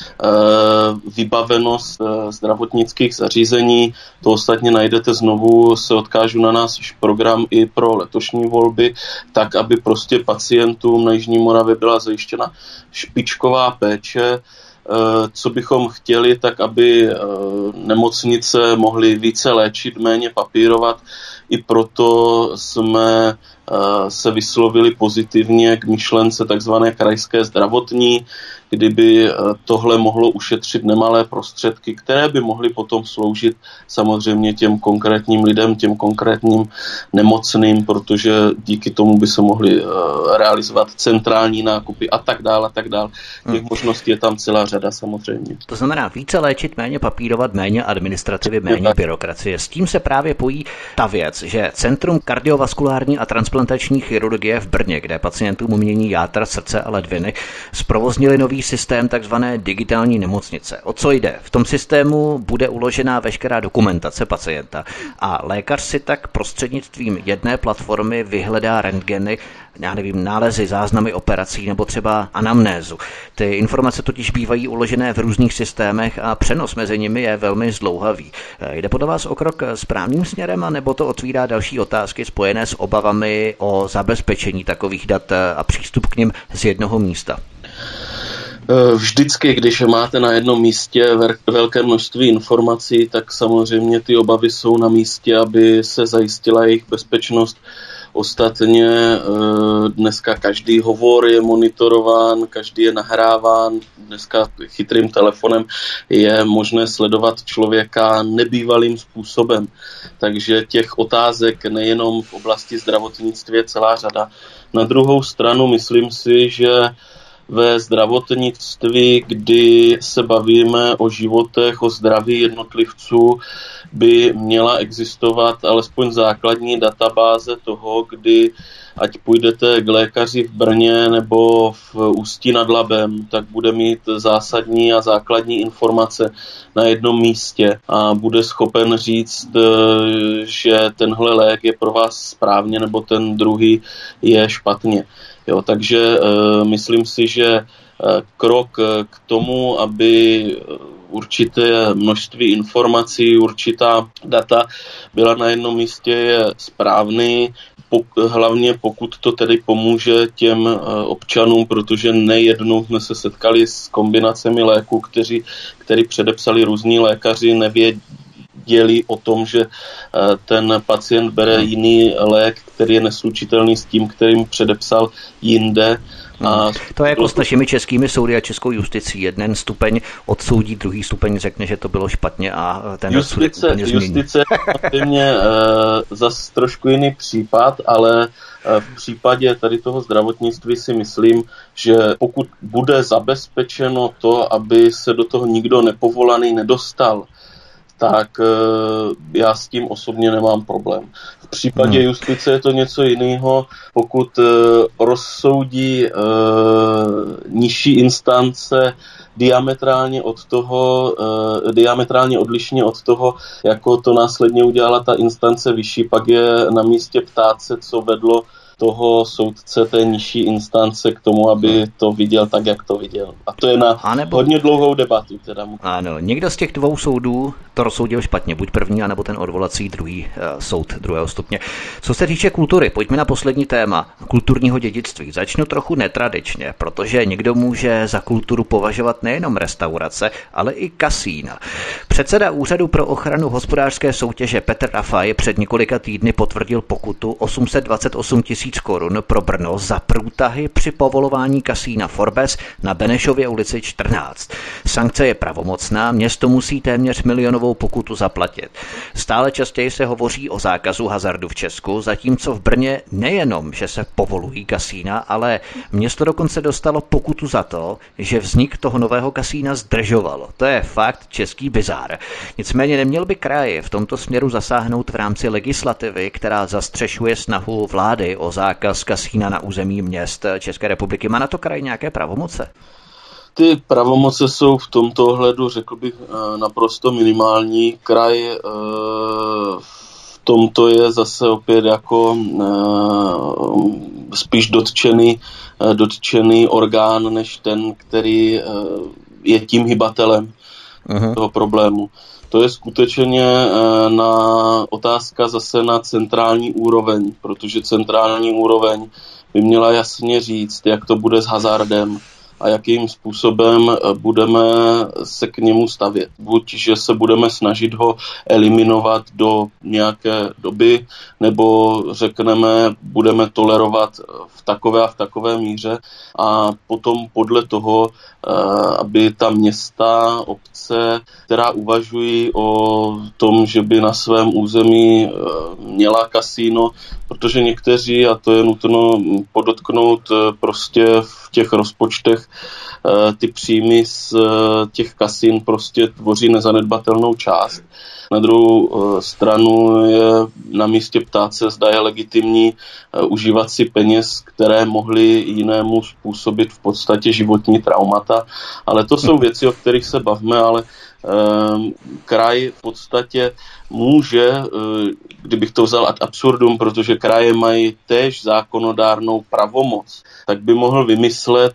vybavenost zdravotnických zařízení. To ostatně najdete znovu, se odkážu na náš program i pro letošní volby, tak aby prostě pacientům na Jižní Moravě byla zajištěna špičková péče. Co bychom chtěli, tak aby nemocnice mohly více léčit, méně papírovat. I proto jsme se vyslovili pozitivně k myšlence takzvané krajské zdravotní, kdyby tohle mohlo ušetřit nemalé prostředky, které by mohly potom sloužit samozřejmě těm konkrétním lidem, těm konkrétním nemocným, protože díky tomu by se mohly realizovat centrální nákupy a tak dále, a tak dále. Těch možností je tam celá řada samozřejmě. To znamená více léčit, méně papírovat, méně administrativy, méně byrokracie. S tím se právě pojí ta věc, že Centrum kardiovaskulární a transplantační chirurgie v Brně, kde pacientům mění játra, srdce a ledviny, zprovoznili nový systém takzvané digitální nemocnice. O co jde? V tom systému bude uložená veškerá dokumentace pacienta a lékař si tak prostřednictvím jedné platformy vyhledá rentgeny, nálezy, záznamy operací nebo třeba anamnézu. Ty informace totiž bývají uložené v různých systémech a přenos mezi nimi je velmi zdlouhavý. Jde podle vás o krok správným směrem, anebo to otvírá další otázky spojené s obavami o zabezpečení takových dat a přístup k nim z jednoho místa? Vždycky, když máte na jednom místě velké množství informací, tak samozřejmě ty obavy jsou na místě, aby se zajistila jejich bezpečnost. Ostatně dneska každý hovor je monitorován, každý je nahráván. Dneska chytrým telefonem je možné sledovat člověka nebývalým způsobem. Takže těch otázek nejenom v oblasti zdravotnictví je celá řada. Na druhou stranu myslím si, že ve zdravotnictví, kdy se bavíme o životech, o zdraví jednotlivců, by měla existovat alespoň základní databáze toho, kdy ať půjdete k lékaři v Brně nebo v Ústí nad Labem, tak bude mít zásadní a základní informace na jednom místě a bude schopen říct, že tenhle lék je pro vás správně nebo ten druhý je špatně. Jo, takže myslím si, že krok k tomu, aby určité množství informací, určitá data byla na jednom místě, je správný, hlavně pokud to tedy pomůže těm občanům, protože nejednou jsme se setkali s kombinacemi léků, který předepsali různí lékaři, nevěděli o tom, že ten pacient bere jiný lék, který je neslučitelný s tím, kterým předepsal jinde. A to je jako s našimi českými soudy a českou justicí. Jeden stupeň odsoudí, druhý stupeň řekne, že to bylo špatně a ten rozsudek úplně změní. Justice je zase trošku jiný případ, ale v případě tady toho zdravotnictví si myslím, že pokud bude zabezpečeno to, aby se do toho nikdo nepovolaný nedostal, tak já s tím osobně nemám problém. V případě justice je to něco jiného. Pokud rozsoudí nižší instance diametrálně odlišně od toho, jako to následně udělala ta instance vyšší, pak je na místě ptát se, co vedlo toho soudce té nižší instance k tomu, aby to viděl tak, jak to viděl. A to je na hodně dlouhou debatu. Ano, někdo z těch dvou soudů to rozsoudil špatně, buď první, anebo ten odvolací druhý soud druhého stupně. Co se týče kultury, pojďme na poslední téma kulturního dědictví. Začnu trochu netradičně, protože někdo může za kulturu považovat nejenom restaurace, ale i kasína. Předseda Úřadu pro ochranu hospodářské soutěže Petr Rafaj před několika týdny potvrdil pokutu 828 000 korun pro Brno za průtahy při povolování kasína Forbes na Benešově ulici 14. Sankce je pravomocná, město musí téměř milionovou pokutu zaplatit. Stále častěji se hovoří o zákazu hazardu v Česku, zatímco v Brně nejenom, že se povolují kasína, ale město dokonce dostalo pokutu za to, že vznik toho nového kasína zdržovalo. To je fakt český bizár. Nicméně neměl by kraj v tomto směru zasáhnout v rámci legislativy, která zastřešuje snahu vlády o zákaz kasína na území měst České republiky. Má na to kraj nějaké pravomoce? Ty pravomoce jsou v tomto ohledu, řekl bych, naprosto minimální. Kraj v tomto je zase opět jako spíš dotčený orgán, než ten, který je tím hybatelem toho problému. To je skutečně otázka zase na centrální úroveň, protože centrální úroveň by měla jasně říct, jak to bude s hazardem a jakým způsobem budeme se k němu stavět. Buď, že se budeme snažit ho eliminovat do nějaké doby, nebo řekneme, budeme tolerovat v takové a v takové míře a potom podle toho, aby ta města, obce, která uvažují o tom, že by na svém území měla kasíno, protože někteří, a to je nutno podotknout, prostě v těch rozpočtech ty příjmy z těch kasín prostě tvoří nezanedbatelnou část. Na druhou stranu je na místě ptát se, zda je legitimní užívat si peněz, které mohly jinému způsobit v podstatě životní traumata. Ale to jsou věci, o kterých se bavíme, ale kraj v podstatě může, kdybych to vzal ad absurdum, protože kraje mají též zákonodárnou pravomoc, tak by mohl vymyslet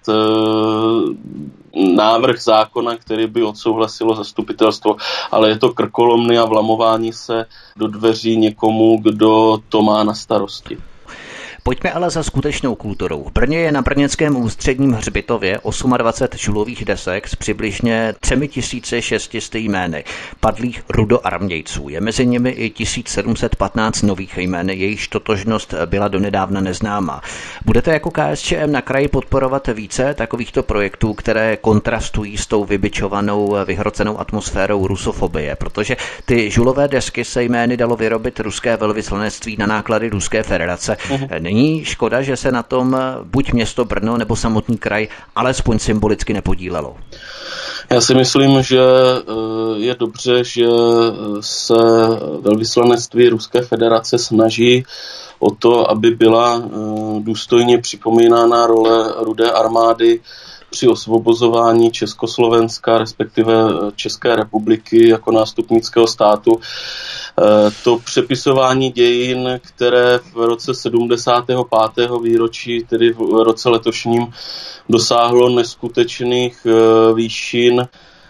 návrh zákona, který by odsouhlasilo zastupitelstvo, ale je to krkolomný a vlamování se do dveří někomu, kdo to má na starosti. Pojďme ale za skutečnou kulturou. V Brně je na brněnském ústředním hřbitově 28 žulových desek s přibližně 3600 jmény padlých rudoarmějců. Je mezi nimi i 1715 nových jmén, jejichž totožnost byla donedávna neznámá. Budete jako KSČM na kraji podporovat více takovýchto projektů, které kontrastují s tou vybičovanou, vyhrocenou atmosférou rusofobie, protože ty žulové desky se jmény dalo vyrobit ruské velvyslanectví na náklady Ruské federace. Není škoda, že se na tom buď město Brno nebo samotný kraj alespoň symbolicky nepodílelo? Já si myslím, že je dobře, že se velvyslanectví Ruské federace snaží o to, aby byla důstojně připomínána role Rudé armády při osvobozování Československa, respektive České republiky jako nástupnického státu. To přepisování dějin, které v roce 75. výročí, tedy v roce letošním, dosáhlo neskutečných výšin.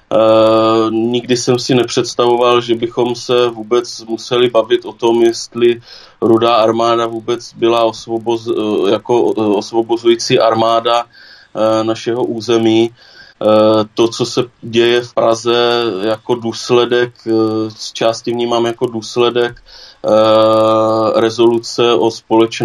Nikdy jsem si nepředstavoval, že bychom se vůbec museli bavit o tom, jestli Rudá armáda vůbec byla jako osvobozující armáda našeho území. To, co se děje v Praze jako důsledek, z části vnímám jako důsledek rezoluce o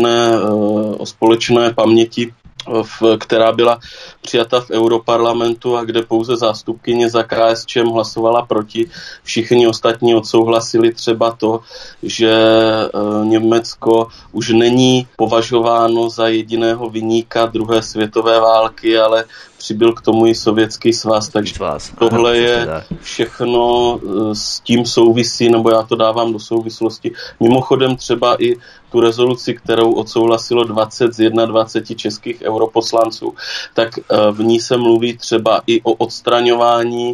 společné paměti, která byla přijata v Europarlamentu a kde pouze zástupkyně za KSČM hlasovala proti. Všichni ostatní odsouhlasili třeba to, že Německo už není považováno za jediného viníka druhé světové války, ale přibyl k tomu i Sovětský svaz, takže tohle je všechno s tím souvisí, nebo já to dávám do souvislosti. Mimochodem třeba i tu rezoluci, kterou odsouhlasilo 20 z 21 českých europoslanců, tak v ní se mluví třeba i o odstraňování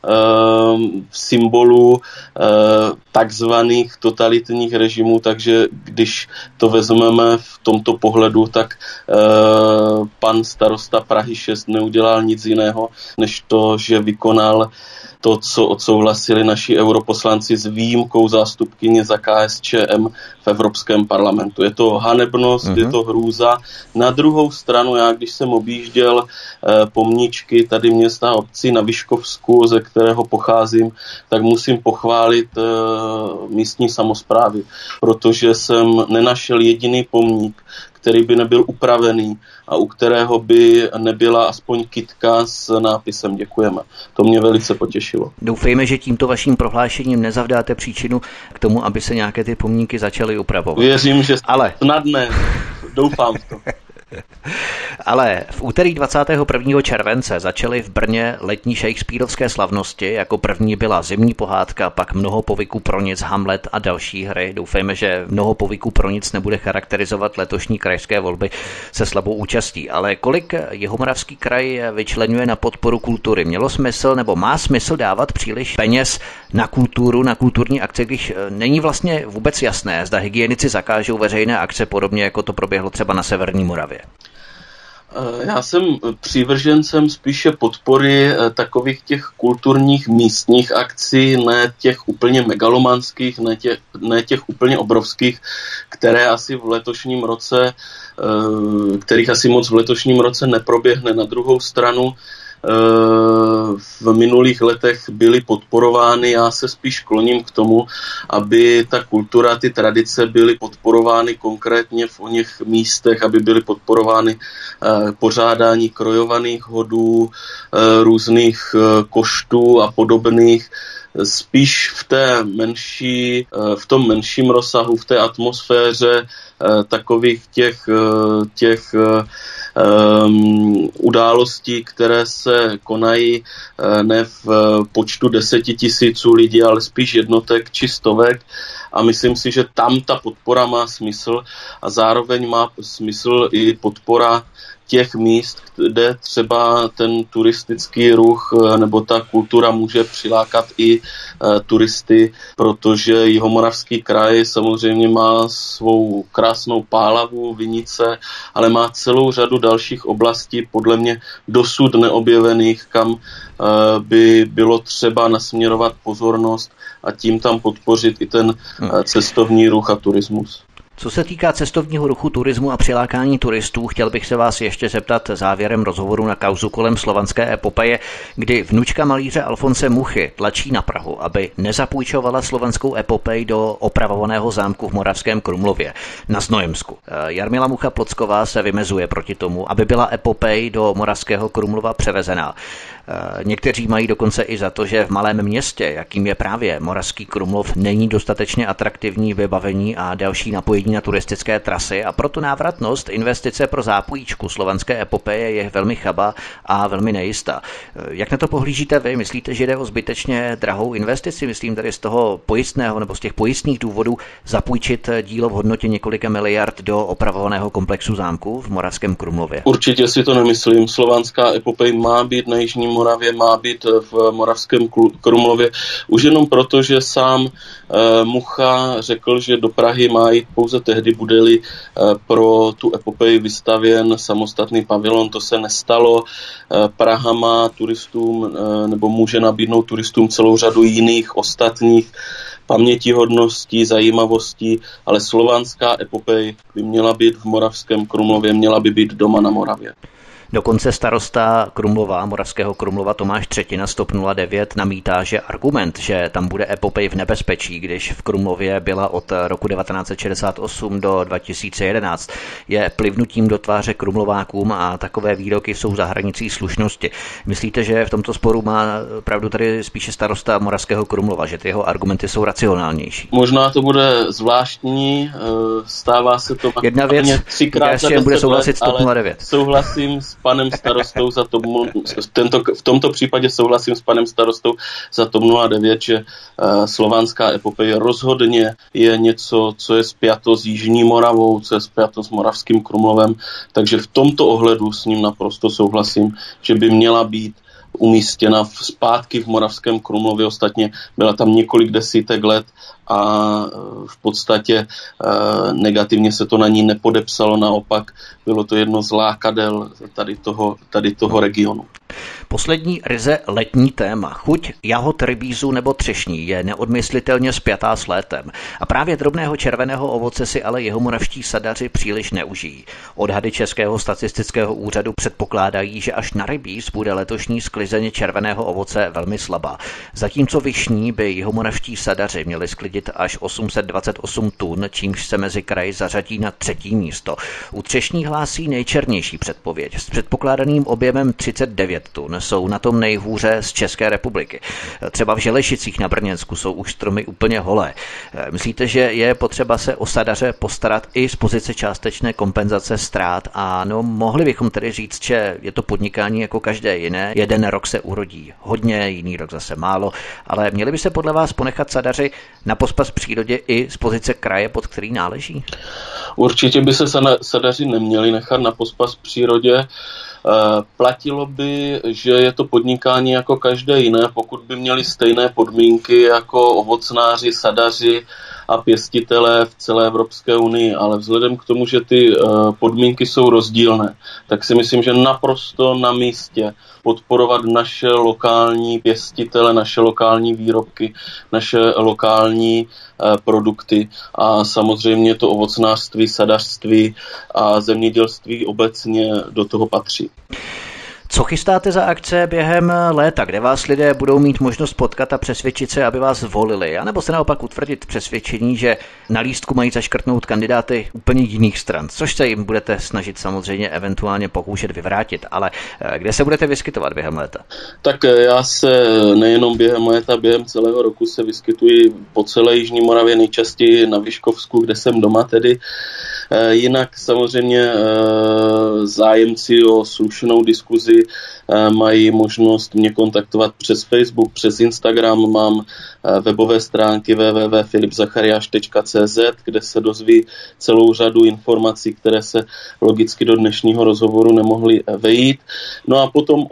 symbolů takzvaných totalitních režimů, takže když to vezmeme v tomto pohledu, tak pan starosta Prahy 6 neudělal nic jiného, než to, že vykonal to, co odsouhlasili naši europoslanci s výjimkou zástupkyně za KSČM v Evropském parlamentu. Je to hanebnost, je to hrůza. Na druhou stranu, já když jsem objížděl pomníčky tady města a obcí na Vyškovsku, ze kterého pocházím, tak musím pochválit místní samosprávy, protože jsem nenašel jediný pomník, který by nebyl upravený a u kterého by nebyla aspoň kytka s nápisem děkujeme. To mě velice potěšilo. Doufejme, že tímto vaším prohlášením nezavdáte příčinu k tomu, aby se nějaké ty pomníky začaly upravovat. Věřím, že snadné. Doufám v to. Ale v úterý 21. července začaly v Brně letní shakespearovské slavnosti. Jako první byla Zimní pohádka, pak Mnoho povyků pro nic, Hamlet a další hry. Doufejme, že Mnoho povyků pro nic nebude charakterizovat letošní krajské volby se slabou účastí. Ale kolik Jihomoravský kraj vyčleňuje na podporu kultury? Mělo smysl nebo má smysl dávat příliš peněz na kulturu, na kulturní akce, když není vlastně vůbec jasné, zda hygienici zakážou veřejné akce podobně, jako to proběhlo třeba na Severní Moravě? Já jsem přívržencem spíše podpory takových těch kulturních místních akcí, ne těch úplně megalomanských, ne těch úplně obrovských, které asi v letošním roce, kterých asi moc v letošním roce neproběhne. Na druhou stranu v minulých letech byly podporovány. Já se spíš kloním k tomu, aby ta kultura, ty tradice byly podporovány konkrétně v oněch místech, aby byly podporovány pořádání krojovaných hodů, různých koštů a podobných. Spíš v tom menším rozsahu, v té atmosféře takových těch událostí, které se konají ne v počtu 10 000 lidí, ale spíš jednotek či stovek. A myslím si, že tam ta podpora má smysl a zároveň má smysl i podpora těch míst, kde třeba ten turistický ruch nebo ta kultura může přilákat i turisty, protože Jihomoravský kraj samozřejmě má svou krásnou Pálavu, Vinice, ale má celou řadu dalších oblastí, podle mě dosud neobjevených, kam by bylo třeba nasměrovat pozornost a tím tam podpořit i ten cestovní ruch a turismus. Co se týká cestovního ruchu, turismu a přilákání turistů, chtěl bych se vás ještě zeptat závěrem rozhovoru na kauzu kolem Slovanské epopeje, kdy vnučka malíře Alfonse Muchy tlačí na Prahu, aby nezapůjčovala Slovanskou epopej do opravovaného zámku v Moravském Krumlově na Znojemsku. Jarmila Mucha-Plocková se vymezuje proti tomu, aby byla epopej do Moravského Krumlova převezená. Někteří mají dokonce i za to, že v malém městě, jakým je právě Moravský Krumlov, není dostatečně atraktivní vybavení a další napojení na turistické trasy a proto návratnost investice pro zápůjčku Slovanské epopeje je velmi chabá a velmi nejistá. Jak na to pohlížíte vy? Myslíte, že jde o zbytečně drahou investici? Myslím tady z toho pojistného nebo z těch pojistných důvodů zapůjčit dílo v hodnotě několika miliard do opravovaného komplexu zámku v Moravském Krumlově? Určitě si to nemyslím. Slovanská epopej má být na Jižní Moravě, má být v Moravském Krumlově. Už jenom proto, že sám Mucha řekl, že do Prahy má jít pouze tehdy, bude-li pro tu epopej vystavěn samostatný pavilon. To se nestalo. Praha má turistům nebo může nabídnout turistům celou řadu jiných ostatních pamětihodností, zajímavostí, ale slovanská epopej by měla být v Moravském Krumlově, měla by být doma na Moravě. Dokonce starosta Krumlova, Moravského Krumlova Tomáš Třetina z TOP 09 namítá, že argument, že tam bude epopej v nebezpečí, když v Krumlově byla od roku 1968 do 2011, je plivnutím do tváře Krumlovákům a takové výroky jsou za hranicí slušnosti. Myslíte, že v tomto sporu má pravdu tady spíše starosta Moravského Krumlova, že ty jeho argumenty jsou racionálnější? Možná to bude zvláštní, stává se to jedna věc, třikrát za 10 let, ale souhlasím s panem starostou za TOP, v tomto případě souhlasím s panem starostou za TOP 09, že slovanská epopeje rozhodně je něco, co je spjato s Jižní Moravou, co je spjato s Moravským Krumlovem, takže v tomto ohledu s ním naprosto souhlasím, že by měla být umístěna zpátky v Moravském Krumlově. Ostatně byla tam několik desítek let a v podstatě negativně se to na ní nepodepsalo, naopak bylo to jedno z lákadel tady toho regionu. Poslední ryze letní téma. Chuť jahod, rybízu nebo třešní je neodmyslitelně spjatá s létem. A právě drobného červeného ovoce si ale jihomoravští sadaři příliš neužijí. Odhady Českého statistického úřadu předpokládají, že až na rybíz bude letošní sklizeň červeného ovoce velmi slabá. Zatímco višní by jihomoravští sadaři měli sklidit až 828 tun, čímž se mezi kraji zařadí na 3. místo. U třešní hlásí nejčernější předpověď. S předpokládaným objemem 39 tun jsou na tom nejhůře z České republiky. Třeba v Želešicích na Brněnsku jsou už stromy úplně holé. Myslíte, že je potřeba se o sadaře postarat i z pozice částečné kompenzace ztrát? A no, mohli bychom tedy říct, že je to podnikání jako každé jiné. Jeden rok se urodí hodně, jiný rok zase málo, ale měli by se podle vás ponechat sadaři na pospas přírodě i z pozice kraje, pod který náleží? Určitě by se sadaři neměli nechat na pospas přírodě. Platilo by, že je to podnikání jako každé jiné, pokud by měli stejné podmínky jako ovocnáři, sadaři a pěstitelé v celé Evropské unii, ale vzhledem k tomu, že ty podmínky jsou rozdílné, tak si myslím, že naprosto na místě podporovat naše lokální pěstitele, naše lokální výrobky, naše lokální produkty a samozřejmě to ovocnářství, sadařství a zemědělství obecně do toho patří. Co chystáte za akce během léta, kde vás lidé budou mít možnost potkat a přesvědčit se, aby vás volili, anebo se naopak utvrdit v přesvědčení, že na lístku mají zaškrtnout kandidáty úplně jiných stran, což se jim budete snažit samozřejmě eventuálně pokoušet vyvrátit, ale kde se budete vyskytovat během léta? Tak já se nejenom během léta, během celého roku se vyskytuji po celé Jižní Moravě, nejčastěji na Vyškovsku, kde jsem doma tedy. Jinak samozřejmě zájemci o slušnou diskuzi mají možnost mě kontaktovat přes Facebook, přes Instagram, mám webové stránky www.filipzachariáš.cz, kde se dozví celou řadu informací, které se logicky do dnešního rozhovoru nemohly vejít. No a potom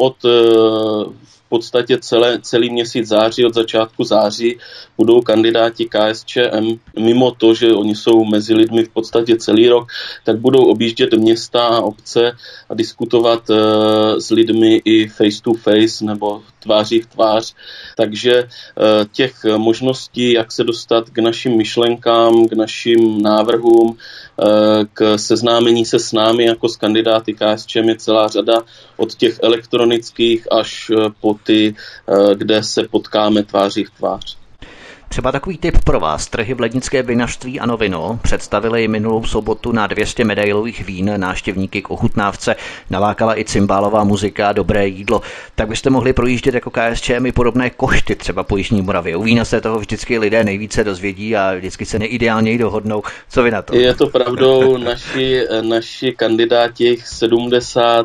v podstatě celý měsíc září, od začátku září, budou kandidáti KSČM, mimo to, že oni jsou mezi lidmi v podstatě celý rok, tak budou objíždět města a obce a diskutovat s lidmi i face to face nebo tváří v tvář. Takže těch možností, jak se dostat k našim myšlenkám, k našim návrhům, k seznámení se s námi jako s kandidáty KSČM je celá řada, od těch elektronických až po ty, kde se potkáme tváří v tvář. Třeba takový tip pro vás. Trhy v lednické vinařství Ano Vino představili minulou sobotu na 200 medailových vín návštěvníky k ochutnávce. Nalákala i cymbálová muzika a dobré jídlo. Tak byste mohli projíždět jako KSČM i podobné košty třeba po Jižní Moravě. U vína se toho vždycky lidé nejvíce dozvědí a vždycky se nejideálněji dohodnou. Co vy na to? Je to pravdou, naši kandidáti 70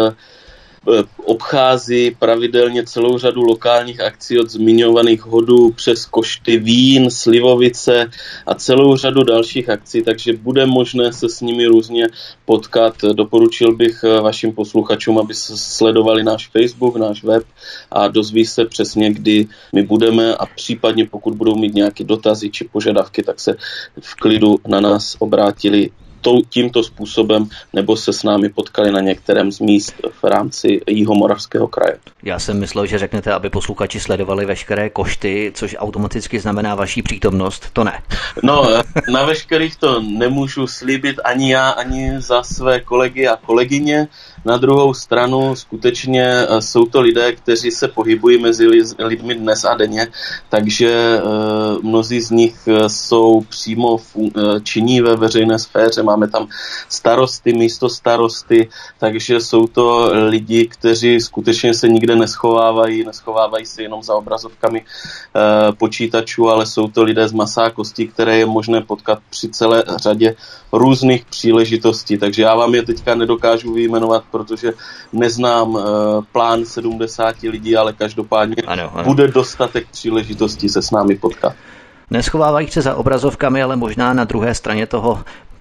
obchází pravidelně celou řadu lokálních akcí od zmiňovaných hodů přes košty vín, slivovice a celou řadu dalších akcí, takže bude možné se s nimi různě potkat. Doporučil bych vašim posluchačům, aby sledovali náš Facebook, náš web a dozví se přesně, kdy my budeme a případně pokud budou mít nějaké dotazy či požadavky, tak se v klidu na nás obrátili tímto způsobem nebo se s námi potkali na některém z míst v rámci Jihomoravského kraje. Já jsem myslel, že řeknete, aby posluchači sledovali veškeré košty, což automaticky znamená vaší přítomnost. To ne. No, na veškerých to nemůžu slíbit ani já, ani za své kolegy a kolegyně. Na druhou stranu skutečně jsou to lidé, kteří se pohybují mezi lidmi dnes a denně, takže mnozí z nich jsou přímo činní ve veřejné sféře. Máme tam starosty, místostarosty, takže jsou to lidi, kteří skutečně se nikde neschovávají se jenom za obrazovkami počítačů, ale jsou to lidé z masa a kostí, které je možné potkat při celé řadě různých příležitostí. Takže já vám je teďka nedokážu vyjmenovat, protože neznám plán 70 lidí, ale každopádně ano. Bude dostatek příležitostí se s námi potkat. Neschovávají se za obrazovkami, ale možná na druhé straně toho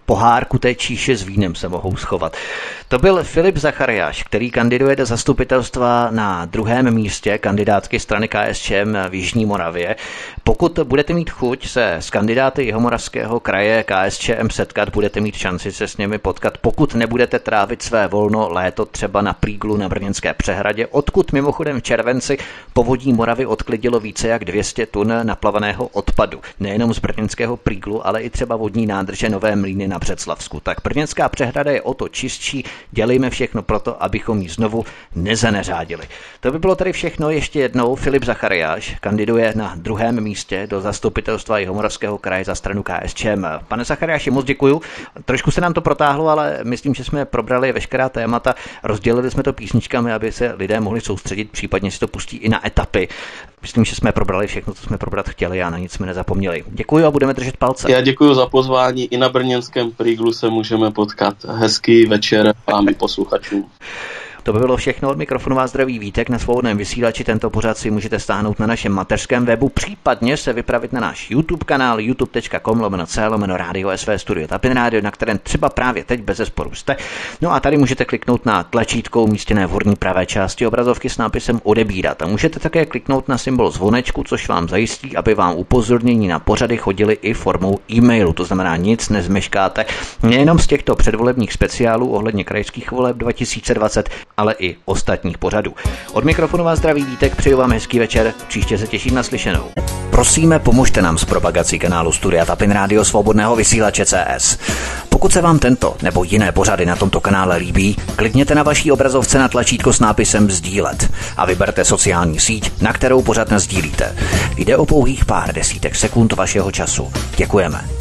pohárku té číše s vínem se mohou schovat. To byl Filip Zachariáš, který kandiduje do zastupitelstva na 2. místě kandidátky strany KSČM v Jižní Moravě. Pokud budete mít chuť se s kandidáty Jihomoravského kraje KSČM setkat, budete mít šanci se s nimi potkat, pokud nebudete trávit své volno léto třeba na Prýglu na Brněnské přehradě, odkud mimochodem v červenci povodí Moravy odklidilo více jak 200 tun naplaveného odpadu. Nejenom z brněnského Prýglu, ale i třeba vodní nádrže Nové Mlýny na Břeclavsku. Tak Brněnská přehrada je o to čistší, dělejme všechno proto, abychom ji znovu nezaneřádili. To by bylo tady všechno. Ještě jednou Filip Zachariáš kandiduje na 2. místě do zastupitelstva Jihomoravského kraje za stranu KSČM. Pane Zachariáši, moc děkuju. Trošku se nám to protáhlo, ale myslím, že jsme probrali veškerá témata, rozdělili jsme to písničkami, aby se lidé mohli soustředit, případně si to pustí i na etapy. Myslím, že jsme probrali všechno, co jsme probrat chtěli a na nic jsme nezapomněli. Děkuji a budeme držet palce. Já děkuji za pozvání. I na brněnském Prýglu se můžeme potkat. Hezký večer vám i posluchačům. To by bylo všechno. Od mikrofonu vás zdraví Vítek. Na Svobodném vysílači tento pořad si můžete stáhnout na našem mateřském webu, případně se vypravit na náš YouTube kanál youtube.com/radio SV Studio Tapin Radio, na kterém třeba právě teď bezesporu jste. No a tady můžete kliknout na tlačítko umístěné v horní pravé části obrazovky s nápisem odebírat. A můžete také kliknout na symbol zvonečku, což vám zajistí, aby vám upozornění na pořady chodily i formou e-mailu. To znamená, nic nezmeškáte nejenom z těchto předvolebních speciálů ohledně krajských voleb 2020, ale i ostatních pořadů. Od mikrofonu vás zdraví Vítek, přeju vám hezký večer, příště se těším na slyšenou. Prosíme, pomožte nám s propagací kanálu Studia Tapin Radio Svobodného vysílače CS. Pokud se vám tento nebo jiné pořady na tomto kanále líbí, klikněte na vaší obrazovce na tlačítko s nápisem sdílet a vyberte sociální síť, na kterou pořad nasdílíte. Jde o pouhých pár desítek sekund vašeho času. Děkujeme.